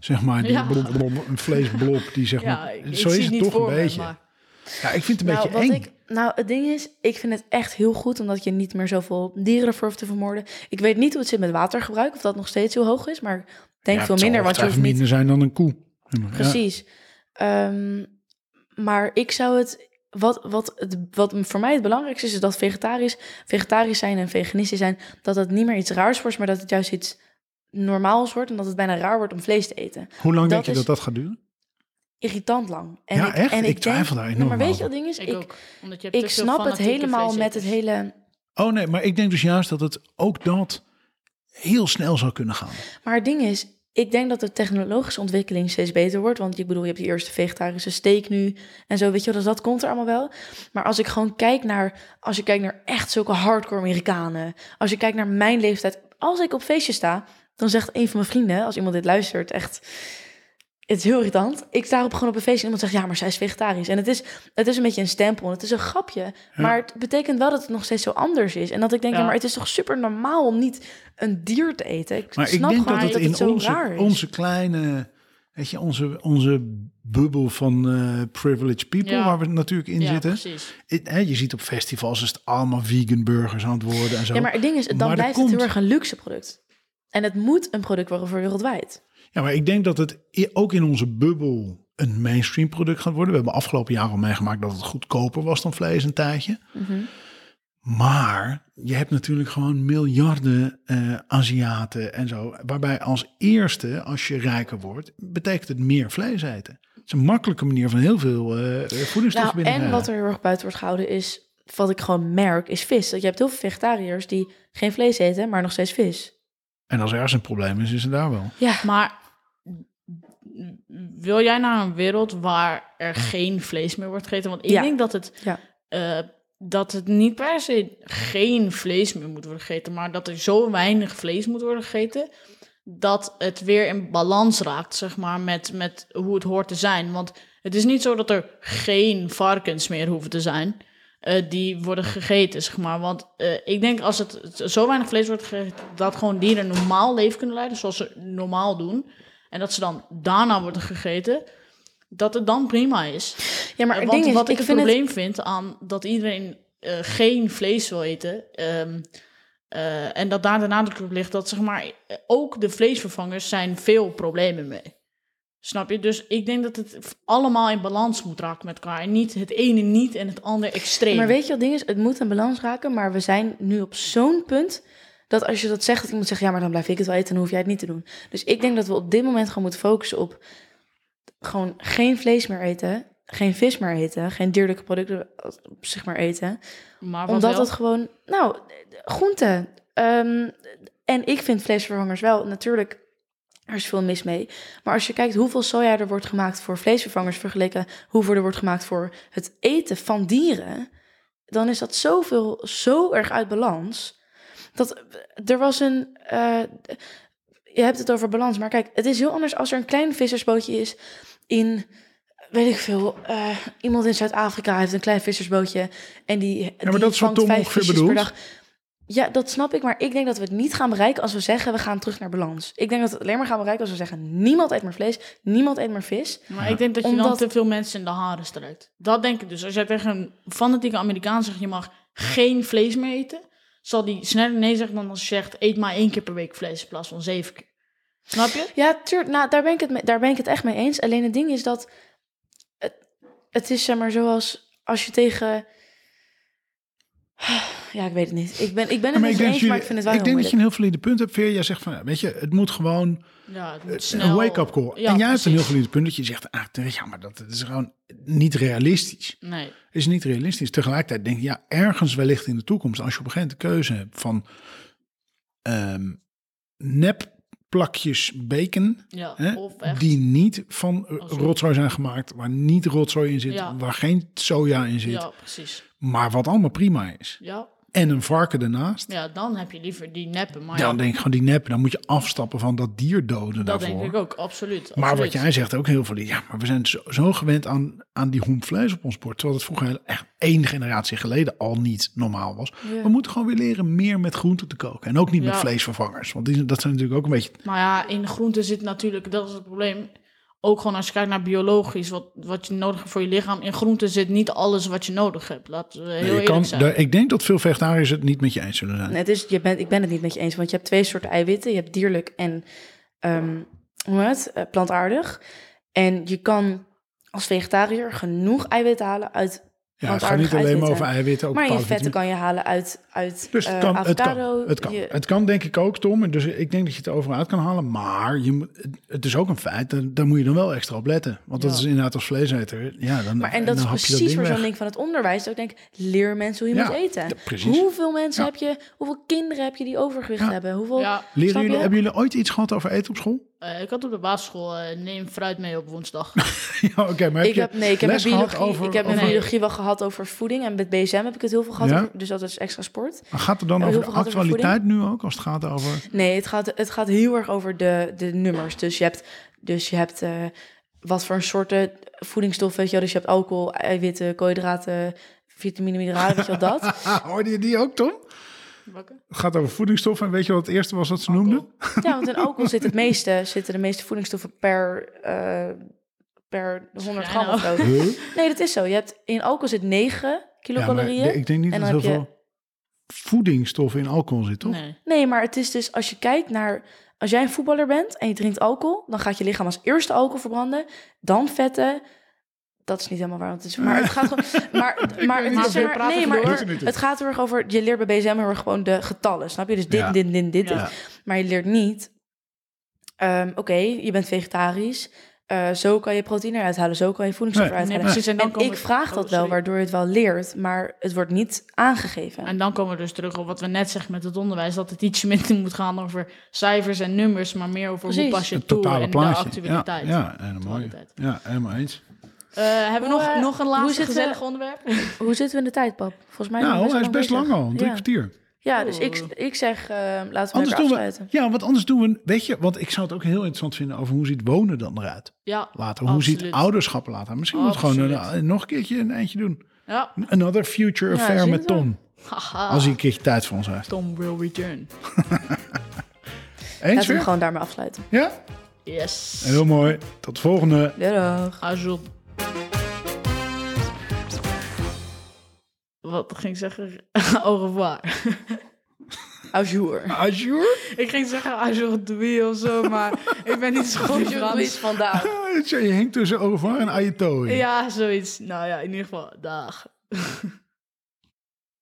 zeg maar, die Ja. blop, blop, een vleesblok die zeg Ja, maar, ik- zo ik is zie het niet toch een voor me, beetje. maar- Ja, ik vind het een Nou, beetje wat eng. ik, nou, het ding is, ik vind het echt heel goed, omdat je niet meer zoveel dieren ervoor hoeft te vermoorden. Ik weet niet hoe het zit met watergebruik, of dat nog steeds heel hoog is, maar ik denk Ja, veel het zal minder, want je hoeft ongetwijfeld niet... minder zijn dan een koe. Ja. Precies. Ehm, maar ik zou het... Wat, wat, het... wat voor mij het belangrijkste is, is dat vegetarisch, vegetarisch zijn en veganistisch zijn, dat het niet meer iets raars wordt, maar dat het juist iets normaals wordt en dat het bijna raar wordt om vlees te eten. Hoe lang Dat denk je is- dat dat gaat duren? Irritant lang. En Ja, ik, echt? En Ik twijfel daar denk, enorm Maar weet je over. wat ding is? Ik, Ik, ook. Omdat je hebt ik te veel snap het fanatieke helemaal met het vleeseters. hele... Oh nee, maar ik denk dus juist dat het ook dat heel snel zou kunnen gaan. Maar het ding is, ik denk dat de technologische ontwikkeling steeds beter wordt. Want ik bedoel, je hebt die eerste vegetarische steak nu en zo, weet je wel. Dus dat komt er allemaal wel. Maar als ik gewoon kijk naar, als je kijkt naar echt zulke hardcore Amerikanen. Als je kijkt naar mijn leeftijd. Als ik op feestje sta, dan zegt een van mijn vrienden, als iemand dit luistert, echt... Het is heel irritant. Ik sta op gewoon op een feestje en iemand zegt, ja, maar zij is vegetarisch. En het is, het is een beetje een stempel, het is een grapje. Ja. Maar het betekent wel dat het nog steeds zo anders is. En dat ik denk, Ja. ja, maar het is toch super normaal om niet een dier te eten. Ik Maar ik snap denk gewoon dat niet het dat in het zo raar onze, is. onze kleine, weet je, onze, onze bubbel van eh, privileged people, Ja. waar we natuurlijk in Ja, zitten. precies. Het- hè, je ziet op festivals is het allemaal vegan burgers aan het worden en zo. Ja, maar het ding is, dan Maar er blijft komt- het heel erg een luxe product. En het moet een product worden voor wereldwijd. Ja, maar ik denk dat het i- ook in onze bubbel een mainstream product gaat worden. We hebben afgelopen jaar al meegemaakt dat het goedkoper was dan vlees een tijdje. Mhm. Maar je hebt natuurlijk gewoon miljarden eh, Aziaten en zo. Waarbij als eerste, als je rijker wordt, betekent het meer vlees eten. Het is een makkelijke manier van heel veel eh voedingsstoffen Nou, binnen. en wat er heel erg buiten wordt gehouden is, wat ik gewoon merk, is vis. Dat je hebt heel veel vegetariërs die geen vlees eten, maar nog steeds vis. En als er ergens een probleem is, is het daar wel. Ja, Maar wil jij naar een wereld waar er geen vlees meer wordt gegeten? Want ik Ja. denk dat het, Ja. eh, dat het niet per se geen vlees meer moet worden gegeten, maar dat er zo weinig vlees moet worden gegeten, dat het weer in balans raakt, zeg maar, met, met hoe het hoort te zijn. Want het is niet zo dat er geen varkens meer hoeven te zijn eh, die worden gegeten, zeg maar. Want eh, ik denk als het zo weinig vlees wordt gegeten, dat gewoon dieren een normaal leven kunnen leiden, zoals ze normaal doen, en dat ze dan daarna worden gegeten, dat het dan prima is. ja maar Eh, het Want ding is, wat ik ik het vind probleem het... vind aan dat iedereen eh, geen vlees wil eten, ehm, eh, en dat daar de nadruk op ligt, dat zeg maar eh, ook de vleesvervangers zijn veel problemen mee. Snap je? Dus ik denk dat het allemaal in balans moet raken met elkaar. En niet het ene niet en het andere extreem. Maar weet je wat het ding is? Het moet een balans raken, maar we zijn nu op zo'n punt dat als je dat zegt, dat iemand zegt, ja, maar dan blijf ik het wel eten, dan hoef jij het niet te doen. Dus ik denk dat we op dit moment gewoon moeten focussen op gewoon geen vlees meer eten, geen vis meer eten, geen dierlijke producten op zich maar eten. maar wat Omdat wel? het gewoon, nou, groenten. Ehm, en ik vind vleesvervangers wel, natuurlijk, er is veel mis mee. Maar als je kijkt hoeveel soja er wordt gemaakt voor vleesvervangers vergeleken hoeveel er wordt gemaakt voor het eten van dieren, dan is dat zoveel, zo erg uit balans. Dat er was een. Uh, je hebt het over balans, maar kijk, het is heel anders als er een klein vissersbootje is in, weet ik veel, uh, iemand in Zuid-Afrika heeft een klein vissersbootje en die, Ja, maar die dat is wat vangt Tom vijf ongeveer visjes per bedoelt. dag. Ja, dat snap ik, maar ik denk dat we het niet gaan bereiken als we zeggen we gaan terug naar balans. Ik denk dat we het alleen maar gaan bereiken als we zeggen niemand eet meer vlees, niemand eet meer vis. Maar ik denk dat je Omdat- dan te veel mensen in de haren strijkt. Dat denk ik dus. Als jij tegen een fanatieke Amerikaan zegt, je mag geen vlees meer eten, zal die sneller nee zeggen dan als je zegt, eet maar één keer per week vlees in plaats van zeven keer. Snap je? Ja, tuurlijk, nou, daar ben ik het mee, daar ben ik het echt mee eens. Alleen het ding is dat het, het is zeg maar zoals als je tegen. Ja, ik weet het niet. Ik ben, ik ben Ja, het maar niet ik denk, eens, dat maar je, ik vind het wel ik heel denk dat je moeilijk. een heel valide punt hebt, Veer. Jij zegt van, ja, weet je, het moet gewoon Ja, het moet een snel. wake-up call. Ja, en jij hebt een heel precies. valide punt dat je zegt, ah, ja, maar dat, dat is gewoon niet realistisch. Nee. Het is niet realistisch. Tegelijkertijd denk ik, ja, ergens wellicht in de toekomst, als je op een gegeven moment de keuze hebt van um, nepplakjes bacon, Ja, hè, of echt. die niet van uh, Als- rotzooi zijn gemaakt, waar niet rotzooi in zit, Ja. waar geen soja in zit, Ja, precies. maar wat allemaal prima is. Ja. en een varken ernaast. Ja, dan heb je liever die neppen. Maar dan ja, denk ik gewoon die neppen. Dan moet je afstappen van dat dier doden dat daarvoor. denk ik ook, absoluut. Maar absoluut. wat jij zegt ook heel veel. Ja, maar we zijn zo, zo gewend aan, aan die homp vlees op ons bord. Terwijl het vroeger echt één generatie geleden al niet normaal was. Ja. We moeten gewoon weer leren meer met groenten te koken. En ook niet met Ja. vleesvervangers. Want die, dat zijn natuurlijk ook een beetje... Maar ja, in groenten zit natuurlijk, dat is het probleem. Ook gewoon als je kijkt naar biologisch, wat, wat je nodig hebt voor je lichaam. In groenten zit niet alles wat je nodig hebt. Laten we heel Nee, je eerlijk kan, zijn. daar, ik denk dat veel vegetariërs het niet met je eens zullen zijn. Nee, het is, je bent, ik ben het niet met je eens, want je hebt twee soorten eiwitten. Je hebt dierlijk en um, hoe heet het? Uh, plantaardig. En je kan als vegetariër genoeg eiwitten halen uit Ja, het gaat niet alleen maar over eiwitten. Ook maar je bepaalde vetten vitamine. kan je halen uit, uit Dus het uh, kan, het kan, avocado. het kan. Je- Het kan denk ik ook, Tom. Dus ik denk dat je het er overal uit kan halen. Maar je, moet- het is ook een feit. Daar, daar moet je dan wel extra op letten. Want dat Ja. is inderdaad als vleeseter. Ja, dan, Maar en dat dan is hap je precies ding voor zo'n weg. ding van het onderwijs. Dat ik denk, leer mensen hoe je Ja, moet eten. ja, precies. Hoeveel mensen Ja. heb je, hoeveel kinderen heb je die overgewicht Ja. hebben? Hoeveel, Ja, Leren snap jullie, je? hebben jullie ooit iets gehad over eten op school? eh, ik had op de basisschool, eh, neem fruit mee op woensdag. Ja, oké. maar heb Ik je heb, nee, ik heb les mijn gehad biologie, over... ik heb mijn over- biologie wel gehad over voeding. En met B S M heb ik het heel veel gehad. Ja? Over, dus dat is extra sport. Maar gaat het dan Heb je over de heel veel gehad over actualiteit nu ook? Als het gaat over... Nee, het gaat, het gaat heel erg over de, de nummers. Dus je hebt, dus je hebt uh, wat voor soorten voedingsstoffen. Weet je wel. Dus je hebt alcohol, eiwitten, koolhydraten, vitamine, mineralen. Weet je wel dat? Hoorde je die ook, Tom? Bakken? Het gaat over voedingsstoffen. En weet je wat het eerste was dat ze noemden? Ja, want in alcohol zit het meeste, zitten de meeste voedingsstoffen per, uh, per honderd gram Ja, of zo. Huh? Nee, dat is zo. Je hebt, in alcohol zit negen Ja, maar kilocalorieën. de- ik denk niet En dat dan heel heb je- veel voedingsstoffen in alcohol zit, toch? Nee. Nee, maar het is dus als je kijkt naar... Als jij een voetballer bent en je drinkt alcohol... dan gaat je lichaam als eerste alcohol verbranden. Dan vetten. Dat is niet helemaal waar. Want het is, maar het gaat gewoon... Maar, maar, weet het niet is of zeg je maar, praat nee, even maar door. het, Doet er niet toe. het gaat heel erg over... Je leert bij B S M heel erg gewoon de getallen. Snap je? Dus dit, Ja. dit, dit, dit, Ja. dit. Maar je leert niet... Um, Oké, je bent vegetarisch... Uh, zo kan je proteïne eruit halen, zo kan je voedingsstoffen Nee, eruit Nee, halen. precies. En, dan En komen ik we- vraag oh, dat wel, sorry. waardoor je het wel leert, maar het wordt niet aangegeven. En dan komen we dus terug op wat we net zeggen met het onderwijs. Dat het iets minder moet gaan over cijfers en nummers, maar meer over hoe Precies. pas je Het toe totale en plaatje. de actualiteit. Ja, ja, helemaal, Actualiteit. ja, helemaal eens. Uh, hebben we Hoe, nog, uh, nog een hoe laatste zitten we- gezellig onderwerp? Hoe zitten we in de tijd, pap? Volgens mij zijn we Nou, hij is best bezig. lang al, een drie Ja. kwartier. Ja, dus ik, Oeh. ik zeg, uh, laten we Anders lekker doen we, afsluiten. ja, want anders doen we, weet je, want ik zou het ook heel interessant vinden over hoe ziet wonen dan eruit Ja, later. Hoe absoluut. ziet ouderschap later? Misschien moet het gewoon Absoluut. een, nog een keertje een eindje doen. Ja. Another future Ja, affair zie je met wel. Tom. Haha. Als hij een keertje tijd voor ons heeft. Tom will return. Eens Laten we weer? hem gewoon daarmee afsluiten. Ja? Yes. Heel mooi. Tot de volgende. Dag. Azul. Wat ging ik zeggen? Au revoir. Ajour. Azure? Ik ging zeggen aujourd'hui of zo, maar ik ben niet zo goed in Frans. vandaag. Je hangt tussen au revoir en ajeto. Ja, zoiets. Nou ja, in ieder geval, dag.